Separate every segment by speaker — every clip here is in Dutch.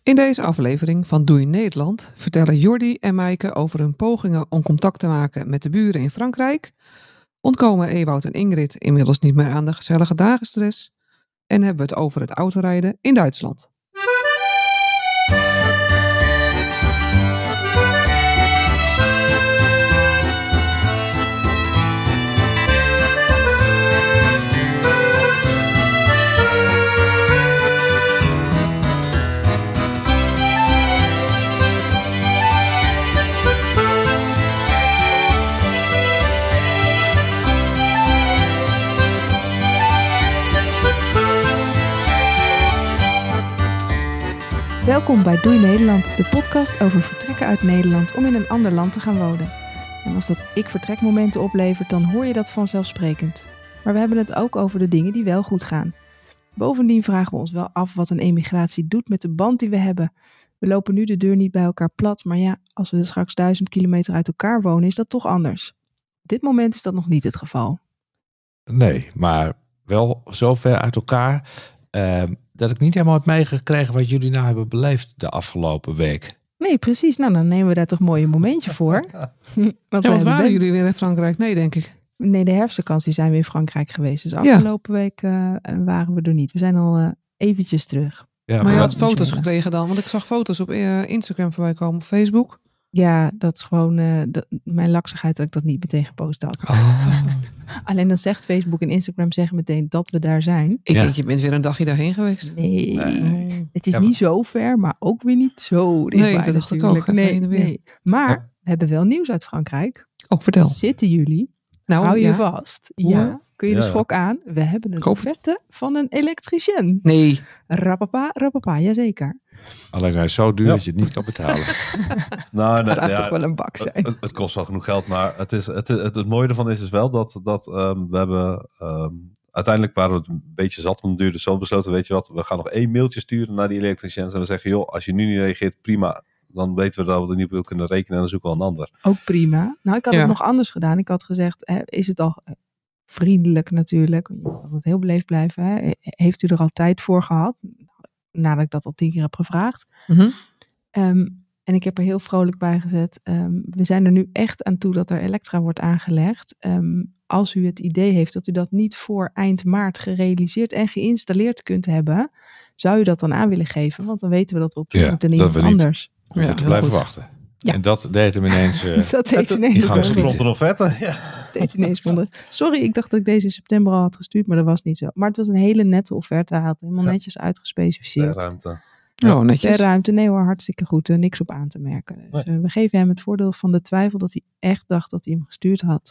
Speaker 1: In deze aflevering van Doei Nederland vertellen Jordi en Maaike over hun pogingen om contact te maken met de buren in Frankrijk, ontkomen Ewout en Ingrid inmiddels niet meer aan de gezellige dagenstress en hebben we het over het autorijden in Duitsland.
Speaker 2: Welkom bij Doei Nederland, de podcast over vertrekken uit Nederland om in een ander land te gaan wonen. En als dat ik-vertrekmomenten oplevert, dan hoor je dat vanzelfsprekend. Maar we hebben het ook over de dingen die wel goed gaan. Bovendien vragen we ons wel af wat een emigratie doet met de band die we hebben. We lopen nu de deur niet bij elkaar plat, maar ja, als we straks 1000 kilometer uit elkaar wonen, is dat toch anders. Op dit moment is dat nog niet het geval.
Speaker 3: Nee, maar wel zo ver uit elkaar dat ik niet helemaal heb meegekregen wat jullie nou hebben beleefd de afgelopen week.
Speaker 2: Nee, precies. Nou, dan nemen we daar toch een mooi momentje voor.
Speaker 1: Want waren jullie weer in Frankrijk? Nee, denk ik.
Speaker 2: Nee, de herfstvakantie zijn we in Frankrijk geweest. Dus afgelopen week waren we er niet. We zijn al eventjes terug.
Speaker 3: Ja,
Speaker 1: maar je had foto's gekregen dan? Want ik zag foto's op Instagram voorbij komen, op Facebook.
Speaker 2: Ja, dat is gewoon mijn laksigheid dat ik dat niet meteen gepost had.
Speaker 1: Oh.
Speaker 2: Alleen dan zegt Facebook en Instagram zeggen meteen dat we daar zijn.
Speaker 1: Ik denk, je bent weer een dagje daarheen geweest.
Speaker 2: Nee. Het is niet zo ver, maar ook weer niet zo dichtbij.
Speaker 1: Nee, dat dacht ik ook.
Speaker 2: Nee. Maar we hebben wel nieuws uit Frankrijk.
Speaker 1: Oh, vertel.
Speaker 2: Zitten jullie?
Speaker 1: Nou,
Speaker 2: hou je vast. Ja. Kun je de schok aan? We hebben een offerte van een elektricien.
Speaker 1: Nee.
Speaker 2: Rapapa, jazeker.
Speaker 3: Alleen hij is zo duur dat je het niet kan betalen.
Speaker 2: Dat zou toch wel een bak zijn.
Speaker 4: Het kost wel genoeg geld, maar het mooie ervan is wel dat we hebben... uiteindelijk waren we het een beetje zat, want het duurde zo besloten, weet je wat, we gaan nog 1 mailtje sturen naar die elektriciëns en we zeggen, joh, als je nu niet reageert, prima. Dan weten we dat we er niet op kunnen rekenen en dan zoeken we een ander.
Speaker 2: Ook prima. Nou, ik had het nog anders gedaan. Ik had gezegd, is het al vriendelijk natuurlijk, je moet altijd heel beleefd blijven. Hè? Heeft u er al tijd voor gehad? Nadat ik dat al 10 keer heb gevraagd.
Speaker 1: Mm-hmm.
Speaker 2: En ik heb er heel vrolijk bij gezet. We zijn er nu echt aan toe dat er elektra wordt aangelegd. Als u het idee heeft dat u dat niet voor eind maart gerealiseerd en geïnstalleerd kunt hebben, zou u dat dan aan willen geven? Want dan weten we dat we op zoek moeten naar iemand anders.
Speaker 3: We moeten blijven wachten. Ja. En dat deed hem ineens.
Speaker 2: Dat deed ineens
Speaker 4: een offerte. Ja.
Speaker 2: Deed ineens Sorry, ik dacht dat ik deze in september al had gestuurd, maar dat was niet zo. Maar het was een hele nette offerte. Hij had helemaal netjes uitgespecificeerd.
Speaker 4: Per ruimte.
Speaker 1: Oh, netjes.
Speaker 2: Per ruimte, nee hoor, hartstikke goed. Niks op aan te merken. Dus we geven hem het voordeel van de twijfel dat hij echt dacht dat hij hem gestuurd had.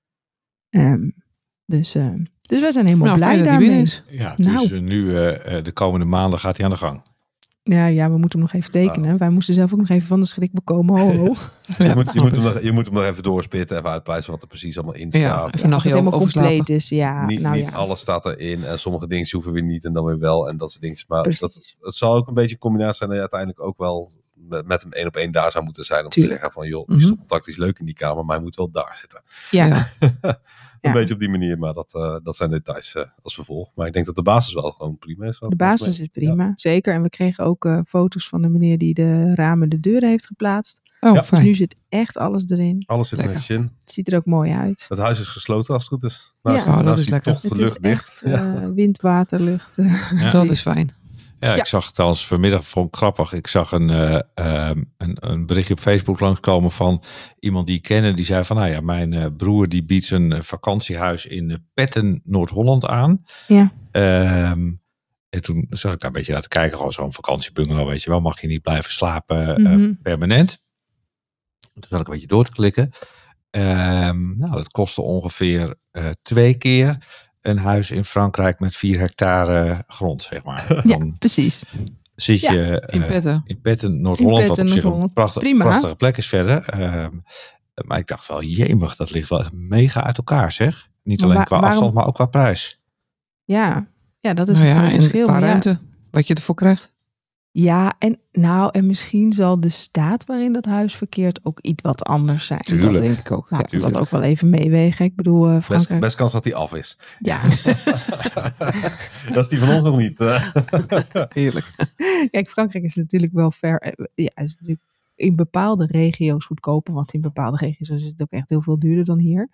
Speaker 2: Dus wij zijn helemaal blij daarmee.
Speaker 3: Ja, dus nu de komende maanden gaat hij aan de gang.
Speaker 2: Ja, we moeten hem nog even tekenen. Wij moesten zelf ook nog even van de schrik bekomen. Ho.
Speaker 4: Je moet hem nog even doorspitten, even uitpluizen wat er precies allemaal in staat.
Speaker 1: Ja,
Speaker 2: als het helemaal compleet is. Ja,
Speaker 4: niet alles staat erin en sommige dingen hoeven weer niet en dan weer wel en dat soort dingen. Maar het zal ook een beetje een combinatie zijn dat je uiteindelijk ook wel met hem 1 op 1 daar zou moeten zijn. Om te zeggen van, joh, die stopcontact is leuk in die kamer, maar hij moet wel daar zitten.
Speaker 2: Ja.
Speaker 4: Een beetje op die manier, maar dat zijn details als vervolg. Maar ik denk dat de basis wel gewoon prima is.
Speaker 2: De basis is prima, zeker. En we kregen ook foto's van de meneer die de ramen, de deuren heeft geplaatst.
Speaker 1: Oh, fijn.
Speaker 2: Dus nu zit echt alles erin.
Speaker 4: Alles zit netjes in.
Speaker 2: Het ziet er ook mooi uit.
Speaker 4: Het huis is gesloten als het goed is.
Speaker 1: Dat is lekker.
Speaker 4: Toch de lucht dicht.
Speaker 2: Wind, water, lucht.
Speaker 1: Dat is fijn.
Speaker 3: Ja, ik zag trouwens vanmiddag, vond ik grappig, ik zag een berichtje op Facebook langskomen van iemand die ik kende. Die zei van, nou ja, mijn broer die biedt zijn vakantiehuis in Petten, Noord-Holland aan.
Speaker 2: Ja.
Speaker 3: En toen zat ik daar een beetje naar te kijken, gewoon zo'n vakantiebungalow, weet je wel, mag je niet blijven slapen permanent. Toen zat ik een beetje door te klikken. Dat kostte ongeveer 2 keer een huis in Frankrijk met 4 hectare grond, zeg maar.
Speaker 2: Ja, precies.
Speaker 3: Zit je in Petten, Noord-Holland, wat op zich een prachtige plek is verder. Maar ik dacht wel, jemig, dat ligt wel echt mega uit elkaar, zeg. Niet alleen qua afstand, maar ook qua prijs.
Speaker 2: Ja, dat is een verschil.
Speaker 1: Qua ruimte, wat je ervoor krijgt.
Speaker 2: Ja, en misschien zal de staat waarin dat huis verkeert ook iets wat anders zijn.
Speaker 3: Tuurlijk.
Speaker 1: Dat denk ik ook.
Speaker 2: Laten we
Speaker 3: tuurlijk.
Speaker 2: dat ook wel even meewegen. Ik bedoel, Frankrijk...
Speaker 4: Best kans dat hij af is.
Speaker 2: Ja,
Speaker 4: Dat is die van ons nog niet.
Speaker 1: Heerlijk.
Speaker 2: kijk, Frankrijk is natuurlijk wel ver... Ja, is natuurlijk in bepaalde regio's goedkoper. Want in bepaalde regio's is het ook echt heel veel duurder dan hier.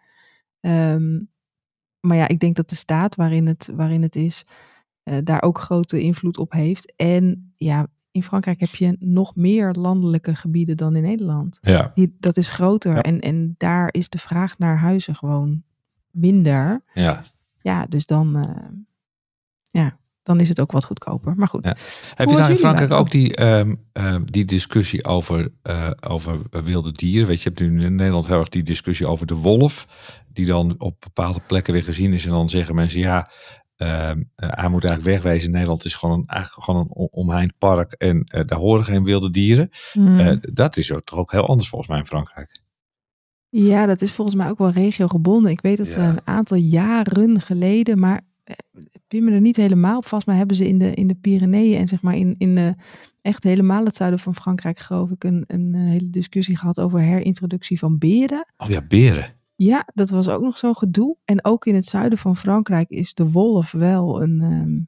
Speaker 2: Maar ja, ik denk dat de staat waarin het is... daar ook grote invloed op heeft. En ja, in Frankrijk heb je nog meer landelijke gebieden dan in Nederland.
Speaker 3: Ja.
Speaker 2: Dat is groter.
Speaker 4: Ja.
Speaker 2: En daar is de vraag naar huizen gewoon minder.
Speaker 3: Ja.
Speaker 2: Ja, dus dan is het ook wat goedkoper. Maar goed.
Speaker 3: Ja. Heb je
Speaker 2: was
Speaker 3: nou in
Speaker 2: jullie
Speaker 3: Frankrijk
Speaker 2: wijk?
Speaker 3: ook die discussie over wilde dieren? Weet je, je hebt nu in Nederland heel erg die discussie over de wolf. Die dan op bepaalde plekken weer gezien is. En dan zeggen mensen, ja, hij moet eigenlijk wegwezen. Nederland is eigenlijk gewoon een omheind park. En daar horen geen wilde dieren. Dat is toch ook heel anders volgens mij in Frankrijk.
Speaker 2: Ja, dat is volgens mij ook wel regiogebonden. Ik weet dat ze een aantal jaren geleden, maar pin me er niet helemaal op vast, maar hebben ze in de Pyreneeën en zeg maar in de echt helemaal het zuiden van Frankrijk, geloof ik, een hele discussie gehad over herintroductie van beren.
Speaker 3: Oh ja, beren.
Speaker 2: Ja, dat was ook nog zo'n gedoe. En ook in het zuiden van Frankrijk is de wolf wel een...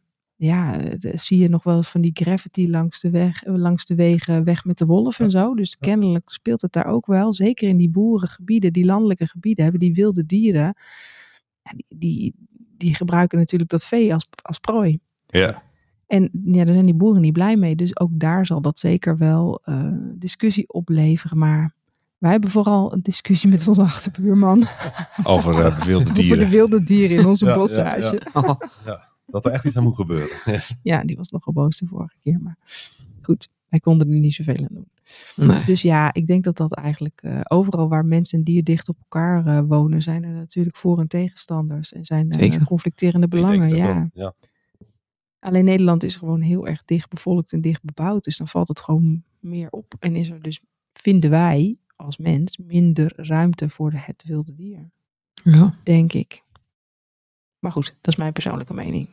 Speaker 2: zie je nog wel eens van die graffiti langs de wegen, weg met de wolf en zo. Dus kennelijk speelt het daar ook wel. Zeker in die boerengebieden, die landelijke gebieden, hebben die wilde dieren. Ja, die gebruiken natuurlijk dat vee als prooi.
Speaker 3: Ja.
Speaker 2: En ja, daar zijn die boeren niet blij mee. Dus ook daar zal dat zeker wel discussie opleveren. Maar wij hebben vooral een discussie met onze achterbuurman.
Speaker 3: Over wilde dieren.
Speaker 2: Over de wilde dieren in onze
Speaker 4: Ja,
Speaker 2: bosrage.
Speaker 4: ja,
Speaker 1: Oh,
Speaker 4: Dat er echt iets aan moet gebeuren.
Speaker 2: Ja, die was nogal boos de vorige keer. Maar goed, wij konden er niet zoveel aan doen.
Speaker 1: nee.
Speaker 2: Dus ja, ik denk dat eigenlijk overal waar mensen en dier dicht op elkaar wonen, zijn er natuurlijk voor- en tegenstanders. En zijn er
Speaker 1: Zeker.
Speaker 2: conflicterende
Speaker 4: Ik denk
Speaker 2: belangen.
Speaker 4: het ook
Speaker 2: Ja.
Speaker 4: wel. Ja.
Speaker 2: Alleen Nederland is gewoon heel erg dicht bevolkt en dicht bebouwd. Dus dan valt het gewoon meer op. En is er dus, vinden wij als mens, minder ruimte voor het wilde dier.
Speaker 1: Ja.
Speaker 2: Denk ik. Maar goed, dat is mijn persoonlijke mening.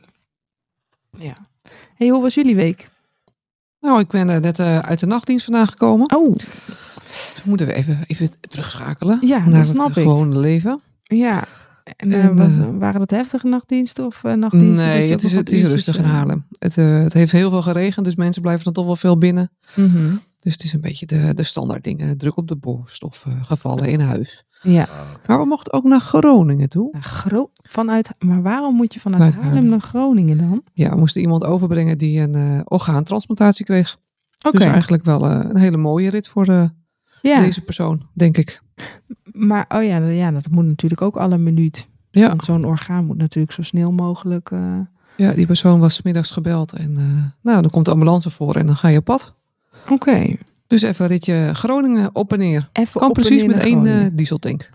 Speaker 2: Ja. Hey, hoe was jullie week?
Speaker 1: Nou, ik ben net uit de nachtdienst vandaan gekomen.
Speaker 2: Oh,
Speaker 1: Dus we moeten weer even terugschakelen
Speaker 2: Ja,
Speaker 1: naar
Speaker 2: dat
Speaker 1: het
Speaker 2: snap ik.
Speaker 1: gewone leven.
Speaker 2: ja. En,
Speaker 1: En,
Speaker 2: waren dat heftige nachtdiensten of nachtdiensten? dat
Speaker 1: Nee,
Speaker 2: je ook nog
Speaker 1: het
Speaker 2: wat
Speaker 1: is
Speaker 2: uurtjes,
Speaker 1: rustig in Haarlem. Het heeft heel veel geregend, dus mensen blijven dan toch wel veel binnen.
Speaker 2: Mhm.
Speaker 1: Dus het is een beetje de standaard dingen. Druk op de borst of gevallen in huis.
Speaker 2: Ja.
Speaker 1: Maar we mochten ook naar Groningen toe.
Speaker 2: Maar waarom moet je vanuit
Speaker 1: Vanuit
Speaker 2: Haarlem
Speaker 1: Haarlem.
Speaker 2: naar Groningen dan?
Speaker 1: Ja, we moesten iemand overbrengen die een orgaantransplantatie kreeg.
Speaker 2: Oké,
Speaker 1: Dus eigenlijk wel een hele mooie rit voor
Speaker 2: ja.
Speaker 1: deze persoon, denk ik.
Speaker 2: Maar dat moet natuurlijk ook alle minuut.
Speaker 1: Ja,
Speaker 2: Want zo'n orgaan moet natuurlijk zo snel mogelijk...
Speaker 1: ja, die persoon was 's middags gebeld. En dan komt de ambulance voor en dan ga je op pad.
Speaker 2: Oké.
Speaker 1: Dus even een ritje Groningen op en neer.
Speaker 2: Even
Speaker 1: Kan
Speaker 2: op en
Speaker 1: precies
Speaker 2: neer
Speaker 1: met
Speaker 2: naar
Speaker 1: 1
Speaker 2: Groningen.
Speaker 1: dieseltank.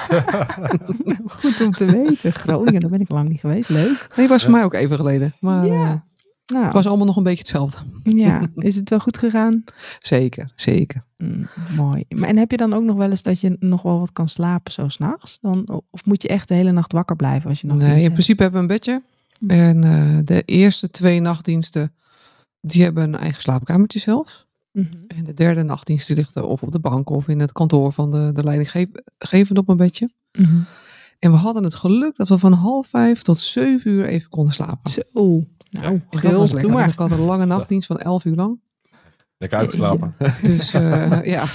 Speaker 2: Goed om te weten. Groningen, daar ben ik lang niet geweest. Leuk.
Speaker 1: Nee, was voor mij ook even geleden. Maar
Speaker 2: Ja. Nou,
Speaker 1: het was allemaal nog een beetje hetzelfde.
Speaker 2: ja. Is het wel goed gegaan?
Speaker 1: Zeker, zeker.
Speaker 2: Mooi. En heb je dan ook nog wel eens dat je nog wel wat kan slapen zo 's nachts? Of moet je echt de hele nacht wakker blijven als je nog
Speaker 1: Nee,
Speaker 2: dienst
Speaker 1: in
Speaker 2: hebt?
Speaker 1: principe hebben we een bedje. En de eerste 2 nachtdiensten, die hebben een eigen slaapkamertje zelfs.
Speaker 2: Mhm.
Speaker 1: En de derde nachtdienst die ligt of op de bank of in het kantoor van de leidinggevende op een bedje.
Speaker 2: Mhm.
Speaker 1: En we hadden het geluk dat we van 4:30 tot 7 uur even konden slapen.
Speaker 2: Zo. Nou,
Speaker 1: En dat
Speaker 2: Gil,
Speaker 1: was
Speaker 2: doe
Speaker 1: lekker.
Speaker 2: maar.
Speaker 1: Want ik had een lange nachtdienst van 11 uur lang.
Speaker 4: Lekker uitgeslapen.
Speaker 1: Dus ja.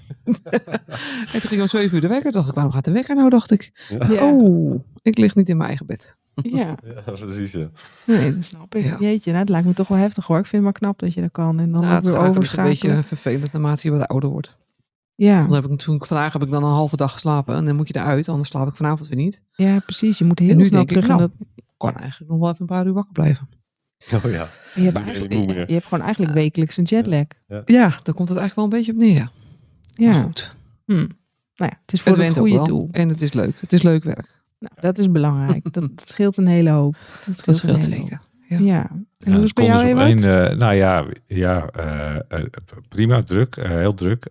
Speaker 1: En toen ging om 7 uur de wekker. Dacht ik, waarom gaat de wekker nou, dacht ik.
Speaker 2: Ja.
Speaker 1: Oh, ik lig niet in mijn eigen bed.
Speaker 2: Ja,
Speaker 4: Ja, precies. Ja.
Speaker 2: nee, dat snap ik.
Speaker 1: Ja.
Speaker 2: Jeetje, nou, het lijkt me toch wel heftig hoor. Ik vind het maar knap dat je dat kan. En dan
Speaker 1: Nou,
Speaker 2: ook
Speaker 1: het
Speaker 2: weer
Speaker 1: gaat een
Speaker 2: overschakelen.
Speaker 1: beetje vervelend naarmate je wat ouder wordt.
Speaker 2: Ja.
Speaker 1: Vandaag heb ik dan een halve dag geslapen. En dan moet je eruit, anders slaap ik vanavond weer niet.
Speaker 2: Ja, precies. Je moet heel
Speaker 1: En nu
Speaker 2: snel
Speaker 1: denk ik,
Speaker 2: terug.
Speaker 1: nou,
Speaker 2: in dat...
Speaker 1: Ik kan eigenlijk nog wel even een paar uur wakker blijven.
Speaker 4: Oh ja.
Speaker 2: je, hebt
Speaker 4: ben
Speaker 2: eigenlijk,
Speaker 4: redelijk moe meer.
Speaker 2: je hebt gewoon eigenlijk wekelijks een jetlag.
Speaker 1: Ja, daar komt het eigenlijk wel een beetje op neer. Ja. Maar
Speaker 2: Ja.
Speaker 1: goed.
Speaker 2: Nou ja, het is voor
Speaker 1: Het
Speaker 2: het
Speaker 1: went ook
Speaker 2: goede
Speaker 1: wel.
Speaker 2: doel.
Speaker 1: En het is leuk. Het is leuk werk.
Speaker 2: Nou, dat is belangrijk. Dat scheelt een hele hoop.
Speaker 1: Dat scheelt
Speaker 2: een hele hoop.
Speaker 1: zeker.
Speaker 2: Ja. En
Speaker 3: Ja,
Speaker 2: hoe is het bij jou, Ewout?
Speaker 3: Prima, druk, heel druk.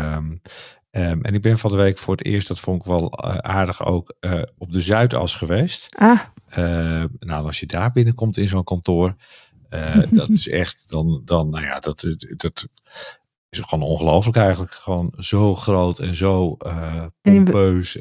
Speaker 3: En ik ben van de week voor het eerst, dat vond ik wel aardig ook, op de Zuidas geweest.
Speaker 2: Ah,
Speaker 3: Nou, als je daar binnenkomt in zo'n kantoor, Dat is echt, nou ja, dat is gewoon ongelooflijk eigenlijk. Gewoon zo groot en zo pompeus.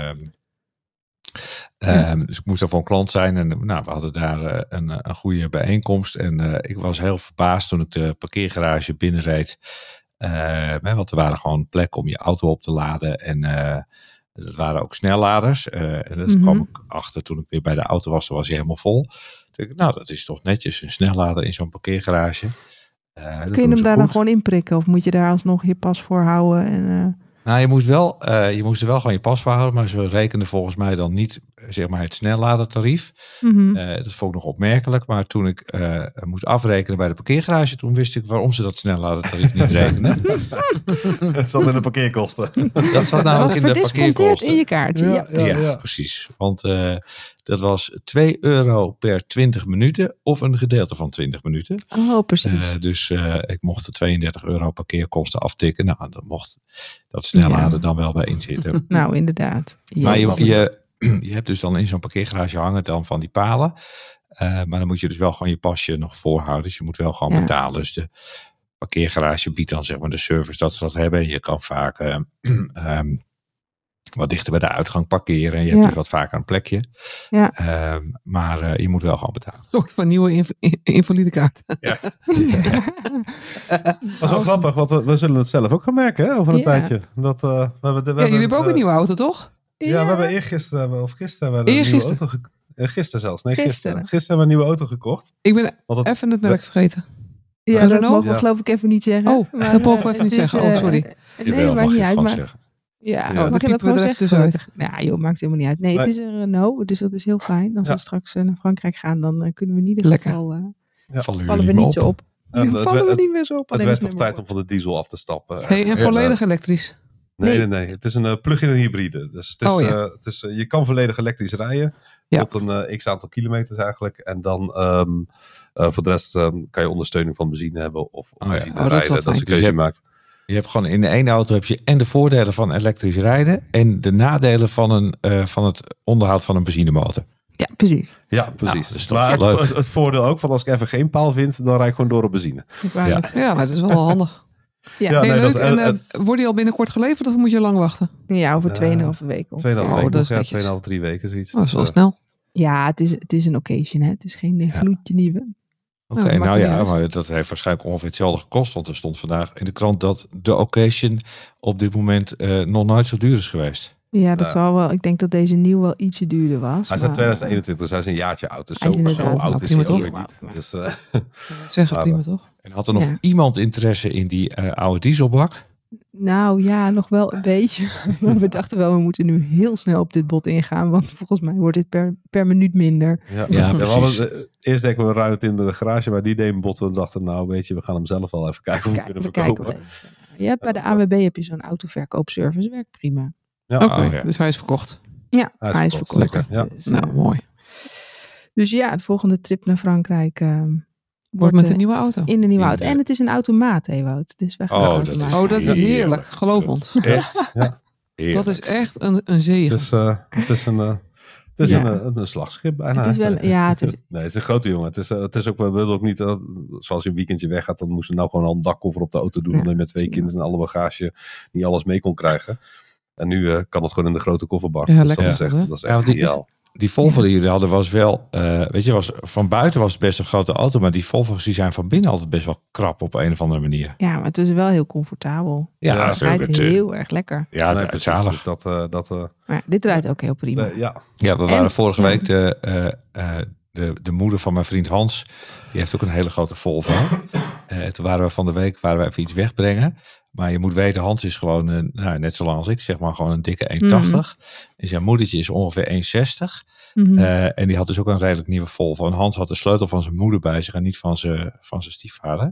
Speaker 3: Dus ik moest daar voor een klant zijn. En we hadden daar een goede bijeenkomst. En ik was heel verbaasd toen ik de parkeergarage binnenreed. Want er waren gewoon plekken om je auto op te laden. En dat waren ook snelladers. En dat kwam ik achter toen ik weer bij de auto was. Dan was hij helemaal vol. Toen dacht ik, dat is toch netjes. Een snellader in zo'n parkeergarage.
Speaker 2: Kun je hem daar dan gewoon inprikken? Of moet je daar alsnog je pas voor houden?
Speaker 3: Nou, je moest er wel gewoon je pas voor houden. Maar ze rekenden volgens mij dan niet zeg maar het snelladertarief. Dat vond ik nog opmerkelijk. Maar toen ik moest afrekenen bij de parkeergarage, toen wist ik waarom ze dat snelladertarief niet rekenen.
Speaker 4: Het zat in de parkeerkosten.
Speaker 3: Dat zat namelijk in de parkeerkosten.
Speaker 2: In je kaartje.
Speaker 3: Ja, precies. Want dat was €2 per 20 minuten of een gedeelte van 20 minuten.
Speaker 2: Oh, precies.
Speaker 3: Dus ik mocht de €32 parkeerkosten aftikken. Nou, dan mocht dat snellader dan wel bij inzitten.
Speaker 2: Nou, inderdaad.
Speaker 3: Maar je hebt dus dan in zo'n parkeergarage hangen dan van die palen. Maar dan moet je dus wel gewoon je pasje nog voorhouden. Dus je moet wel gewoon betalen. Dus de parkeergarage biedt dan zeg maar de service dat ze dat hebben. En je kan vaak wat dichter bij de uitgang parkeren. En je hebt dus wat vaker een plekje.
Speaker 2: Ja.
Speaker 3: Maar je moet wel gewoon betalen.
Speaker 1: Een soort van nieuwe invalidekaart.
Speaker 3: Ja.
Speaker 4: Dat is wel grappig, want we zullen het zelf ook gaan merken hè, over een tijdje.
Speaker 1: Jullie hebben ook een nieuwe auto, toch?
Speaker 4: Ja, we hebben gisteren een nieuwe auto gekocht. Gisteren zelfs. Nee, gisteren hebben we een nieuwe auto gekocht.
Speaker 1: Ik ben even het merk vergeten.
Speaker 2: Ja, dat mogen we geloof ik even niet zeggen.
Speaker 1: Oh, dat mogen we even niet zeggen. Oh, sorry.
Speaker 3: Nee, mag je het gewoon zeggen.
Speaker 2: Ja,
Speaker 1: mag je dat gewoon zeggen? Tussenuit.
Speaker 2: Nou joh, maakt helemaal niet uit. Nee, het is een Renault, dus dat is heel fijn. Als we straks naar Frankrijk gaan, dan kunnen we in ieder geval... vallen we niet zo op. Vallen we niet meer zo op.
Speaker 4: Het werd toch tijd om van de diesel af te stappen.
Speaker 1: En volledig elektrisch?
Speaker 4: Nee. Het is een plug-in hybride. Dus het is, je kan volledig elektrisch rijden. Tot een x-aantal kilometers eigenlijk. En dan voor de rest kan je ondersteuning van benzine hebben. Of benzine rijden. Dat is een keuze je maakt.
Speaker 3: Je hebt gewoon in de ene auto heb je en de voordelen van elektrisch rijden. En de nadelen van het onderhoud van een benzinemotor.
Speaker 2: Ja, precies.
Speaker 4: Ja, precies.
Speaker 3: Dus
Speaker 4: maar het voordeel ook van als ik even geen paal vind, dan rijd ik gewoon door op benzine.
Speaker 1: Ja, maar het is wel handig.
Speaker 2: Ja,
Speaker 1: leuk. En wordt die al binnenkort geleverd of moet je lang wachten?
Speaker 2: Ja, over 2,5 weken.
Speaker 4: 2,5 weken.
Speaker 1: Dat is
Speaker 4: 2,5, 3 weken zoiets.
Speaker 1: Dat is wel snel.
Speaker 2: Ja, het is een occasion. Hè? Het is geen gloedje nieuwe.
Speaker 3: Oké, maar dat heeft waarschijnlijk ongeveer hetzelfde gekost. Want er stond vandaag in de krant dat de occasion op dit moment nog nooit zo duur is geweest.
Speaker 2: Ja, dat zal wel. Ik denk dat deze nieuw wel ietsje duurder was.
Speaker 4: Hij is uit 2021, dus hij is een jaartje oud. Dus zo oud is
Speaker 1: hij
Speaker 4: ook weer niet. Dus,
Speaker 1: zeggen prima toch?
Speaker 3: En had er nog iemand interesse in die oude dieselbak?
Speaker 2: Nou ja, nog wel een beetje. Maar we dachten wel, we moeten nu heel snel op dit bod ingaan. Want volgens mij wordt dit per minuut minder.
Speaker 3: Ja, precies.
Speaker 4: Eerst denken we ruilen het in de garage. Maar die deden botten. We dachten, nou weet je, we gaan hem zelf wel even kijken hoe we kunnen verkopen.
Speaker 2: Je hebt bij de ANWB heb je zo'n autoverkoopservice. Werkt prima.
Speaker 1: Ja, Oké, dus hij is verkocht.
Speaker 2: Ja, hij is verkocht.
Speaker 1: Lekker.
Speaker 4: Ja.
Speaker 1: Dus, nou, mooi.
Speaker 2: Dus ja, de volgende trip naar Frankrijk
Speaker 1: wordt met een nieuwe auto.
Speaker 2: In een nieuwe auto. En het is een automaat, Ewout. Dus
Speaker 1: dat is heerlijk. Geloof ons.
Speaker 3: Echt? Ja.
Speaker 1: Dat is echt een zegen.
Speaker 4: Dus, het is een slagschip bijna.
Speaker 2: Het is wel, het is...
Speaker 4: Nee, het is een grote jongen. Het is ook, we wilden ook niet, zoals je een weekendje weggaat, dan moesten we nou gewoon al een dakkoffer op de auto doen. Omdat je met 2 kinderen en alle bagage niet alles mee kon krijgen. En nu kan het gewoon in de grote kofferbak.
Speaker 1: Ja,
Speaker 4: dus
Speaker 1: lekker.
Speaker 4: dat is echt ideaal.
Speaker 3: Die Volvo die jullie hadden was wel, van buiten was het best een grote auto, maar die Volvo's die zijn van binnen altijd best wel krap op een of andere manier.
Speaker 2: Ja, maar het is wel heel comfortabel.
Speaker 3: Ja,
Speaker 2: het rijdt heel erg lekker.
Speaker 3: Ja, het is zalig.
Speaker 4: Dus
Speaker 2: maar dit rijdt ook heel prima.
Speaker 3: Ja, we waren vorige week de moeder van mijn vriend Hans, die heeft ook een hele grote Volvo. Toen waren we van de week even iets wegbrengen. Maar je moet weten, Hans is gewoon, net zo lang als ik, zeg maar gewoon een dikke 1,80. En zijn moedertje is ongeveer 1,60. En die had dus ook een redelijk nieuwe Volvo. En Hans had de sleutel van zijn moeder bij zich en niet van zijn stiefvader.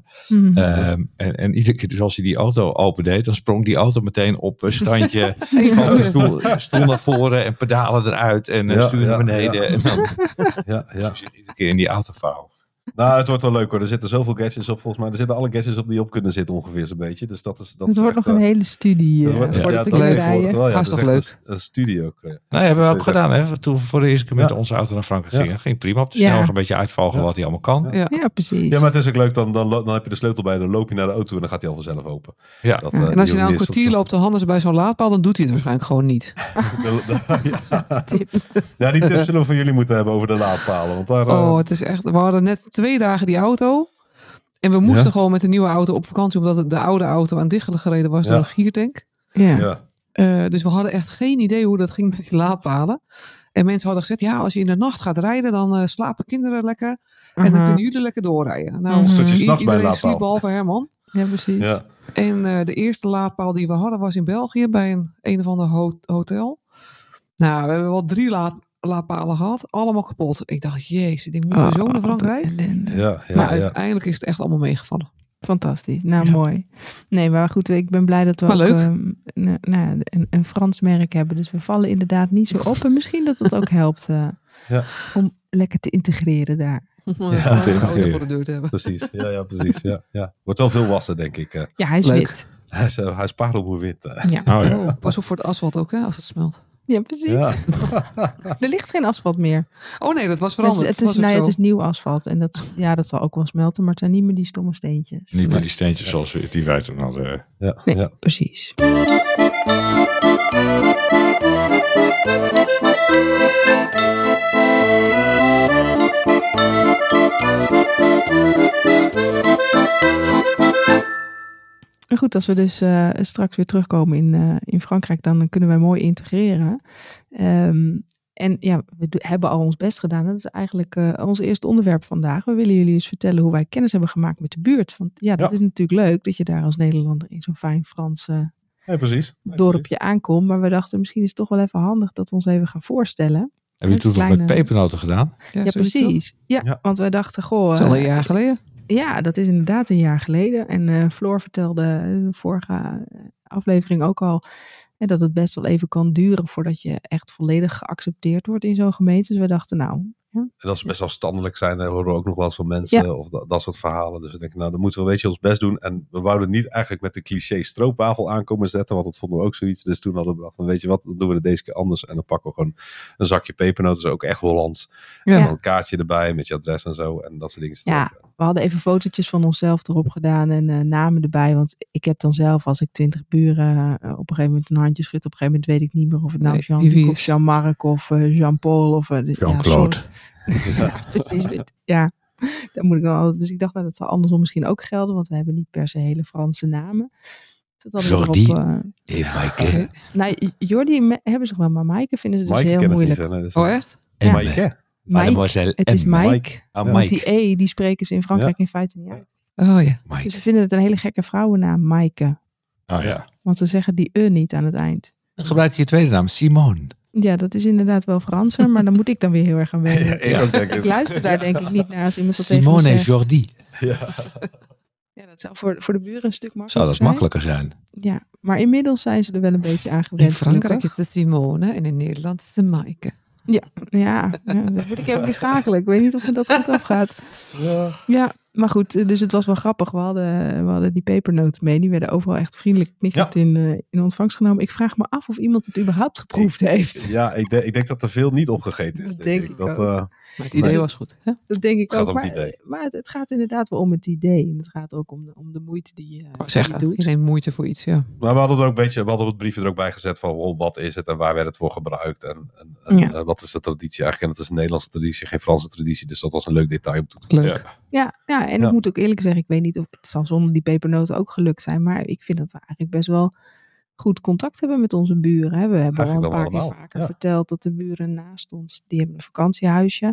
Speaker 3: En iedere keer dus als hij die auto opendeed, dan sprong die auto meteen op een standje van de stoel naar voren en pedalen eruit en stuur naar beneden. En dan zich iedere keer in die auto vouwen.
Speaker 4: Nou, het wordt wel leuk hoor. Er zitten zoveel gadgets op volgens mij. Er zitten alle gadgets op die op kunnen zitten ongeveer zo'n beetje. Dus dat is
Speaker 2: Het wordt nog een hele studie voordat we kunnen rijden.
Speaker 1: Hartstikke leuk.
Speaker 4: Een studie ook. Ja.
Speaker 3: Nee, hebben we ook gedaan. Hè? Toen we voor de eerste keer met onze auto naar Frankrijk gingen. Ging prima op de snelweg. Een beetje uitvalgen wat hij allemaal kan.
Speaker 2: Ja, precies.
Speaker 4: Ja, maar het is ook leuk. Dan heb je de sleutel bij. Dan loop je naar de auto en dan gaat hij al vanzelf open.
Speaker 3: Ja.
Speaker 1: En als je nou een kwartier loopt te handen bij zo'n laadpaal, dan doet hij het waarschijnlijk gewoon niet.
Speaker 2: Tips.
Speaker 4: Ja, die tips zullen we van jullie moeten hebben over de laadpalen. Want daar,
Speaker 1: het is echt... We hadden net 2 dagen die auto. En we moesten gewoon met de nieuwe auto op vakantie, omdat de oude auto aan diggelen gereden was door een giertank.
Speaker 2: Ja.
Speaker 1: Dus we hadden echt geen idee hoe dat ging met die laadpalen. En mensen hadden gezegd, als je in de nacht gaat rijden, dan slapen kinderen lekker. En dan kunnen jullie lekker doorrijden. Nou, iedereen sliep behalve Herman.
Speaker 2: Ja, precies. Ja.
Speaker 1: En de eerste laadpaal die we hadden was in België bij een of ander hotel. Nou, we hebben wel 3 laadpalen gehad. Allemaal kapot. Ik dacht, jezus, ik moet zo naar Frankrijk. Maar uiteindelijk is het echt allemaal meegevallen.
Speaker 2: Fantastisch. Nou, mooi. Nee, maar goed, ik ben blij dat we ook een Frans merk hebben. Dus we vallen inderdaad niet zo op. En misschien dat het ook helpt om lekker te integreren daar.
Speaker 1: Een auto voor de deur te hebben.
Speaker 4: Precies, precies. Ja. Wordt wel veel wassen, denk ik.
Speaker 2: Ja, hij is wit.
Speaker 4: Hij is parelmoerwit.
Speaker 2: Ja.
Speaker 1: Pas op voor het asfalt ook, hè, als het smelt.
Speaker 2: Ja, precies. Ja. Er ligt geen asfalt meer.
Speaker 1: Oh nee, dat was veranderd.
Speaker 2: Het is nieuw asfalt. En dat zal ook wel smelten, maar het zijn niet meer die stomme steentjes.
Speaker 3: Niet meer die steentjes zoals die wij toen hadden.
Speaker 2: Nee, precies. En goed, als we dus straks weer terugkomen in Frankrijk, dan kunnen wij mooi integreren. En ja, we hebben al ons best gedaan. Dat is eigenlijk ons eerste onderwerp vandaag. We willen jullie eens vertellen hoe wij kennis hebben gemaakt met de buurt. Want dat is natuurlijk leuk dat je daar als Nederlander in zo'n fijn Frans dorpje aankomt. Maar we dachten, misschien is het toch wel even handig dat we ons even gaan voorstellen.
Speaker 3: Heb je toen met pepernoten gedaan?
Speaker 2: Ja, precies. Ja, want wij dachten,
Speaker 1: dat is al een jaar geleden.
Speaker 2: Ja, dat is inderdaad een jaar geleden. En Floor vertelde in de vorige aflevering ook al dat het best wel even kan duren voordat je echt volledig geaccepteerd wordt in zo'n gemeente. Dus we dachten, nou...
Speaker 4: En als ze best afstandelijk zijn, dan horen we ook nog wel eens van mensen of dat soort verhalen. Dus we denken, nou, dan moeten we ons best doen. En we wouden niet eigenlijk met de cliché stroopwafel aankomen zetten, want dat vonden we ook zoiets. Dus toen hadden we gedacht, weet je wat, dan doen we het deze keer anders. En dan pakken we gewoon een zakje pepernoten, dus ook echt Hollands. Ja. En dan een kaartje erbij met je adres en zo. En dat soort dingen.
Speaker 2: Ja, we hadden even fotootjes van onszelf erop gedaan en namen erbij. Want ik heb dan zelf, als ik 20 buren op een gegeven moment een handje schud, op een gegeven moment weet ik niet meer of het nou Jean-Luc of Jean-Marc of Jean-Paul of...
Speaker 3: Jean-Claude.
Speaker 2: Ja, precies. Ja, dat moet ik dan altijd. Dus ik dacht, dat zal andersom misschien ook gelden, want we hebben niet per se hele Franse namen.
Speaker 3: Jordi en Maaike.
Speaker 2: Nou, Jordi hebben ze wel, maar Maaike vinden ze dus heel moeilijk.
Speaker 1: Oh, echt?
Speaker 3: En
Speaker 4: Maaike?
Speaker 2: Mike, het is Mike. Want die E, die spreken ze in Frankrijk in feite niet uit.
Speaker 1: Oh ja.
Speaker 3: Mike.
Speaker 2: Dus ze vinden het een hele gekke vrouwennaam, Maaike.
Speaker 3: Oh ja.
Speaker 2: Want ze zeggen die niet aan het eind.
Speaker 3: Dan gebruik je tweede naam, Simone.
Speaker 2: Ja, dat is inderdaad wel Franser, maar dan moet ik dan weer heel erg gaan weten.
Speaker 4: Ja,
Speaker 2: ik luister daar denk ik niet naar als iemand dat
Speaker 3: Simone
Speaker 2: tegen me
Speaker 3: en Jordi.
Speaker 2: Ja, dat zou voor de buren een stuk makkelijker
Speaker 3: zou dat makkelijker zijn?
Speaker 2: Ja, maar inmiddels zijn ze er wel een beetje aan gewend.
Speaker 1: In Frankrijk is het Simone en in Nederland is het Maaike.
Speaker 2: Ja, dat moet ik even schakelen. Ik weet niet of me dat goed afgaat. Ja, maar goed, dus het was wel grappig. We hadden die pepernoten mee. Die werden overal echt vriendelijk knikkend in ontvangst genomen. Ik vraag me af of iemand het überhaupt geproefd heeft.
Speaker 4: Ja, ik denk dat er veel niet opgegeten is.
Speaker 2: Dat denk ik ook.
Speaker 1: Maar het idee was goed. Hè?
Speaker 2: Dat denk ik ook.
Speaker 4: Maar
Speaker 2: het gaat inderdaad wel om het idee. En het gaat ook om de moeite die je doet.
Speaker 1: Je neemt moeite voor iets, ja.
Speaker 4: Maar we hadden er ook we hadden het briefje er ook bij gezet van wat is het en waar werd het voor gebruikt. En wat is de traditie eigenlijk. En het is een Nederlandse traditie, geen Franse traditie. Dus dat was een leuk detail om toe te
Speaker 1: leuk.
Speaker 2: Ja, en ik moet ook eerlijk zeggen, ik weet niet of het zal zonder die pepernoten ook gelukt zijn. Maar ik vind dat we eigenlijk best wel goed contact hebben met onze buren. Hè. We hebben al een paar keer vaker verteld dat de buren naast ons, die hebben een vakantiehuisje.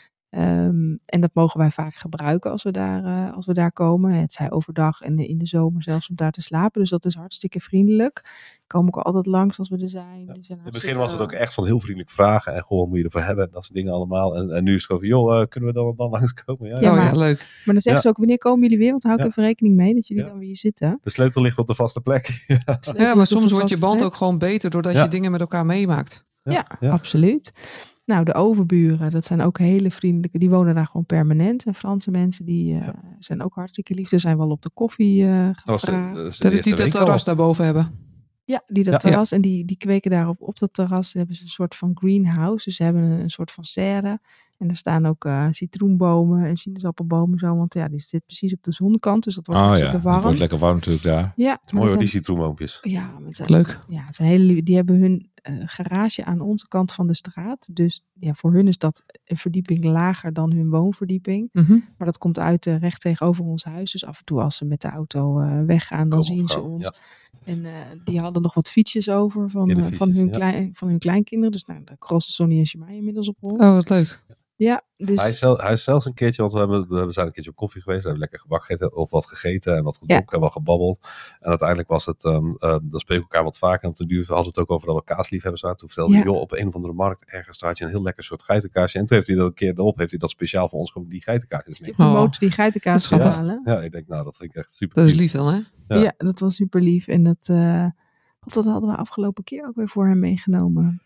Speaker 2: En dat mogen wij vaak gebruiken als we daar komen. Het zij overdag en in de zomer zelfs om daar te slapen. Dus dat is hartstikke vriendelijk. Komen ook altijd langs als we er zijn.
Speaker 4: Ja. In het begin was het ook echt van heel vriendelijk vragen. En gewoon wat moet je ervoor hebben. En dat soort dingen allemaal. En nu is het gewoon van, kunnen we dan langskomen?
Speaker 2: Ja,
Speaker 1: leuk.
Speaker 2: Maar dan zeggen ze ook, wanneer komen jullie weer? Want hou ik even rekening mee dat jullie dan weer zitten.
Speaker 4: De sleutel ligt op de vaste plek.
Speaker 1: Ja, maar soms wordt je band ook gewoon beter doordat je dingen met elkaar meemaakt.
Speaker 2: Ja, absoluut. Nou, de overburen, dat zijn ook hele vriendelijke. Die wonen daar gewoon permanent. En Franse mensen, die zijn ook hartstikke lief. Ze zijn wel op de koffie gevraagd.
Speaker 1: Dat is die dat terras daarboven hebben.
Speaker 2: Ja, die dat terras. En die kweken daarop op dat terras. Hebben ze een soort van greenhouse. Dus ze hebben een soort van serre. En er staan ook citroenbomen en sinaasappelbomen zo. Want die zit precies op de zonkant. Dus dat wordt hartstikke warm.
Speaker 3: Het wordt lekker warm natuurlijk daar.
Speaker 2: Ja,
Speaker 4: mooi hoor, die citroenboompjes.
Speaker 2: Ja,
Speaker 1: leuk.
Speaker 2: Ja, het zijn hele, die hebben hun garage aan onze kant van de straat. Dus ja, voor hun is dat een verdieping lager dan hun woonverdieping.
Speaker 1: Mm-hmm.
Speaker 2: Maar dat komt uit recht tegenover ons huis. Dus af en toe als ze met de auto weggaan, dan zien ze ons. Ja. En die hadden nog wat fietsjes over van hun kleinkinderen. Dus nou, daar crossen Sonny en Shemai inmiddels op rond.
Speaker 1: Oh, wat leuk.
Speaker 2: Ja, dus...
Speaker 4: Hij is zelfs een keertje, want we zijn een keertje op koffie geweest. We hebben lekker gebak gegeten of wat gegeten en wat gedronken en wat gebabbeld. En uiteindelijk was het, dan spreken we elkaar wat vaker. En op de duur hadden we het ook over dat we kaasliefhebbers waren. Toen vertelde hij, joh, op een of andere markt ergens staat je een heel lekker soort geitenkaasje. En toen heeft hij dat een keer erop, heeft hij dat speciaal voor ons gewoon die geitenkaasjes
Speaker 2: mee. Promoten die geitenkaas te halen.
Speaker 4: Ja, ik denk, nou, dat vind ik echt super.
Speaker 1: Dat is lief dan, hè?
Speaker 2: Ja, dat was super lief. En dat hadden we afgelopen keer ook weer voor hem meegenomen.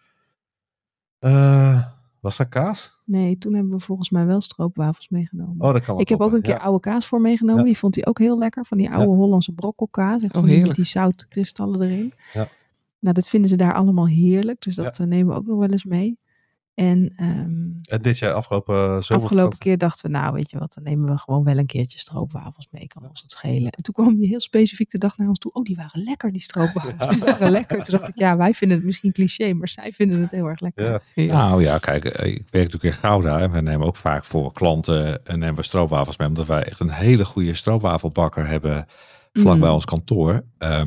Speaker 4: Was dat kaas?
Speaker 2: Nee, toen hebben we volgens mij wel stroopwafels meegenomen.
Speaker 4: Oh, dat kan wel.
Speaker 2: Ik heb ook een keer oude kaas voor meegenomen. Ja. Die vond hij ook heel lekker. Van die oude Hollandse brokkelkaas. Echt met die zoutkristallen erin. Ja. Nou, dat vinden ze daar allemaal heerlijk. Dus dat nemen we ook nog wel eens mee. En
Speaker 4: dit jaar
Speaker 2: afgelopen keer dachten we, nou weet je wat, dan nemen we gewoon wel een keertje stroopwafels mee, kan ons het schelen. En toen kwam die heel specifiek de dag naar ons toe, oh die waren lekker die stroopwafels, die waren lekker. Toen dacht ik, ja wij vinden het misschien cliché, maar zij vinden het heel erg lekker.
Speaker 3: Ja. Nou ja, kijk, ik werk natuurlijk in Gouda en we nemen ook vaak voor klanten en nemen we stroopwafels mee, omdat wij echt een hele goede stroopwafelbakker hebben vlakbij ons kantoor.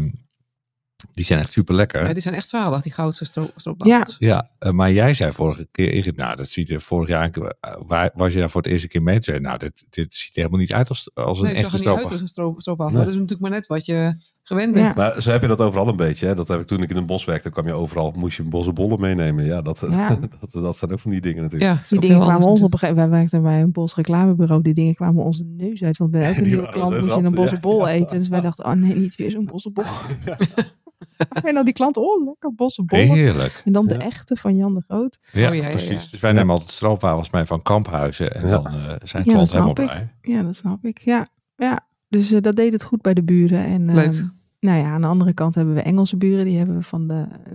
Speaker 3: Die zijn echt super lekker.
Speaker 1: Ja, die zijn echt zalig, die Goudse stroopwafels.
Speaker 3: Ja, maar jij zei vorige keer, Ingrid, nou, dat ziet er vorig jaar, was je daar voor het eerste keer mee te zeggen, nou, dit ziet er helemaal niet uit als een echte stroopwafel. Nee, het zag er niet uit als een stroopwafel. Nee. Dat is natuurlijk maar net wat je gewend bent.
Speaker 4: Maar zo heb je dat overal een beetje. Hè? Dat heb ik toen ik in het bos werkte, kwam je overal, moest je bossenbollen meenemen. Ja, dat zijn ook van die dingen natuurlijk.
Speaker 2: Ja, die dingen kwamen ons op een gegeven moment, wij werkten bij een bos reclamebureau, die dingen kwamen onze neus uit, want bij elke nieuwe klant moest je een bossenbol eten. Dus wij dachten, oh nee, niet weer zo'n bossenbol. En dan die klant, oh lekker bossenbollen.
Speaker 3: Heerlijk.
Speaker 2: En dan de echte van Jan de Groot.
Speaker 3: Ja, precies. Dus wij nemen altijd stroopwafels mee van Kamphuizen. En dan zijn klanten helemaal blij.
Speaker 2: Ja, dat snap ik. Ja. Dus dat deed het goed bij de buren. En,
Speaker 1: leuk.
Speaker 2: Nou ja, aan de andere kant hebben we Engelse buren. Die hebben we van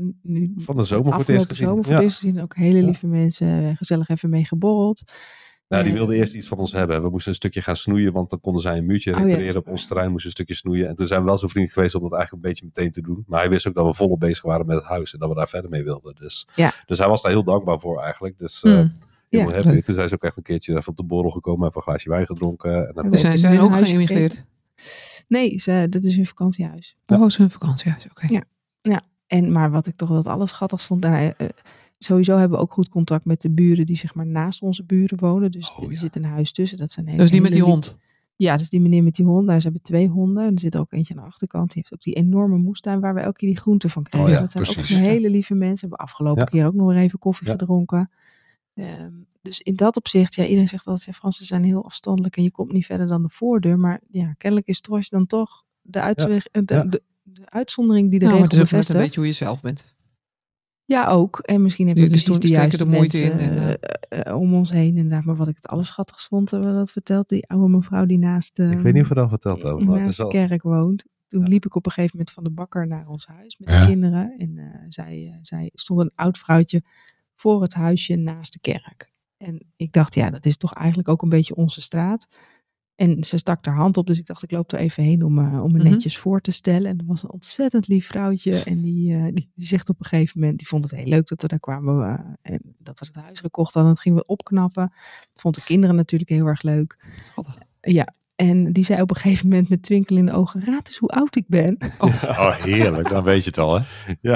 Speaker 4: de zomer voor het eerst
Speaker 2: gezien. Ook hele lieve mensen. Gezellig even mee geborreld.
Speaker 4: Nou, die wilden eerst iets van ons hebben. We moesten een stukje gaan snoeien, want dan konden zij een muurtje repareren op ons terrein. Moesten een stukje snoeien. En toen zijn we wel zo vriendelijk geweest om dat eigenlijk een beetje meteen te doen. Maar hij wist ook dat we volop bezig waren met het huis en dat we daar verder mee wilden. Dus hij was daar heel dankbaar voor eigenlijk. Dus helemaal happy. Toen zijn ze ook echt een keertje even op de borrel gekomen, even een glaasje wijn gedronken. En
Speaker 1: dus zijn zij ook geëmigreerd?
Speaker 2: Nee, dat is hun vakantiehuis.
Speaker 1: Oh, is hun vakantiehuis, oké.
Speaker 2: Ja. Maar wat ik toch wel het allerschattigst vond... Sowieso hebben we ook goed contact met de buren die zeg maar naast onze buren wonen. Dus er zit een huis tussen. Dat zijn
Speaker 1: dus die met die hond?
Speaker 2: Ja, dus die meneer met die hond. Daar hebben 2 honden. En er zit ook eentje aan de achterkant. Die heeft ook die enorme moestuin waar we elke keer die groenten van krijgen. Dat zijn precies. Ook hele lieve mensen. We hebben afgelopen keer ook nog weer even koffie gedronken. Dus in dat opzicht, iedereen zegt altijd, Fransen zijn heel afstandelijk en je komt niet verder dan de voordeur. Maar ja, kennelijk is Troyes dan toch de uitzondering die de regel bevestigt.
Speaker 1: Het is ook net een beetje hoe je zelf bent.
Speaker 2: Ja, ook. En misschien heb je precies de juiste
Speaker 1: moeite
Speaker 2: in om ons heen inderdaad. Maar wat ik het allerschattigst vond, hebben we dat verteld. Die oude mevrouw die naast
Speaker 4: ik weet niet of we dat verteld hebben. Maar
Speaker 2: naast de kerk woont. Toen liep ik op een gegeven moment van de bakker naar ons huis met de kinderen. En zij stond een oud vrouwtje voor het huisje naast de kerk. En ik dacht, dat is toch eigenlijk ook een beetje onze straat. En ze stak haar hand op, dus ik dacht, ik loop er even heen om me netjes voor te stellen. En dat was een ontzettend lief vrouwtje. En die zegt op een gegeven moment, die vond het heel leuk dat we daar kwamen. En dat we het huis gekocht hadden. Dat gingen we opknappen. Dat vond de kinderen natuurlijk heel erg leuk. Ja. En die zei op een gegeven moment met twinkel in de ogen, raad eens hoe oud ik ben.
Speaker 3: Oh, heerlijk. Dan weet je het al, hè?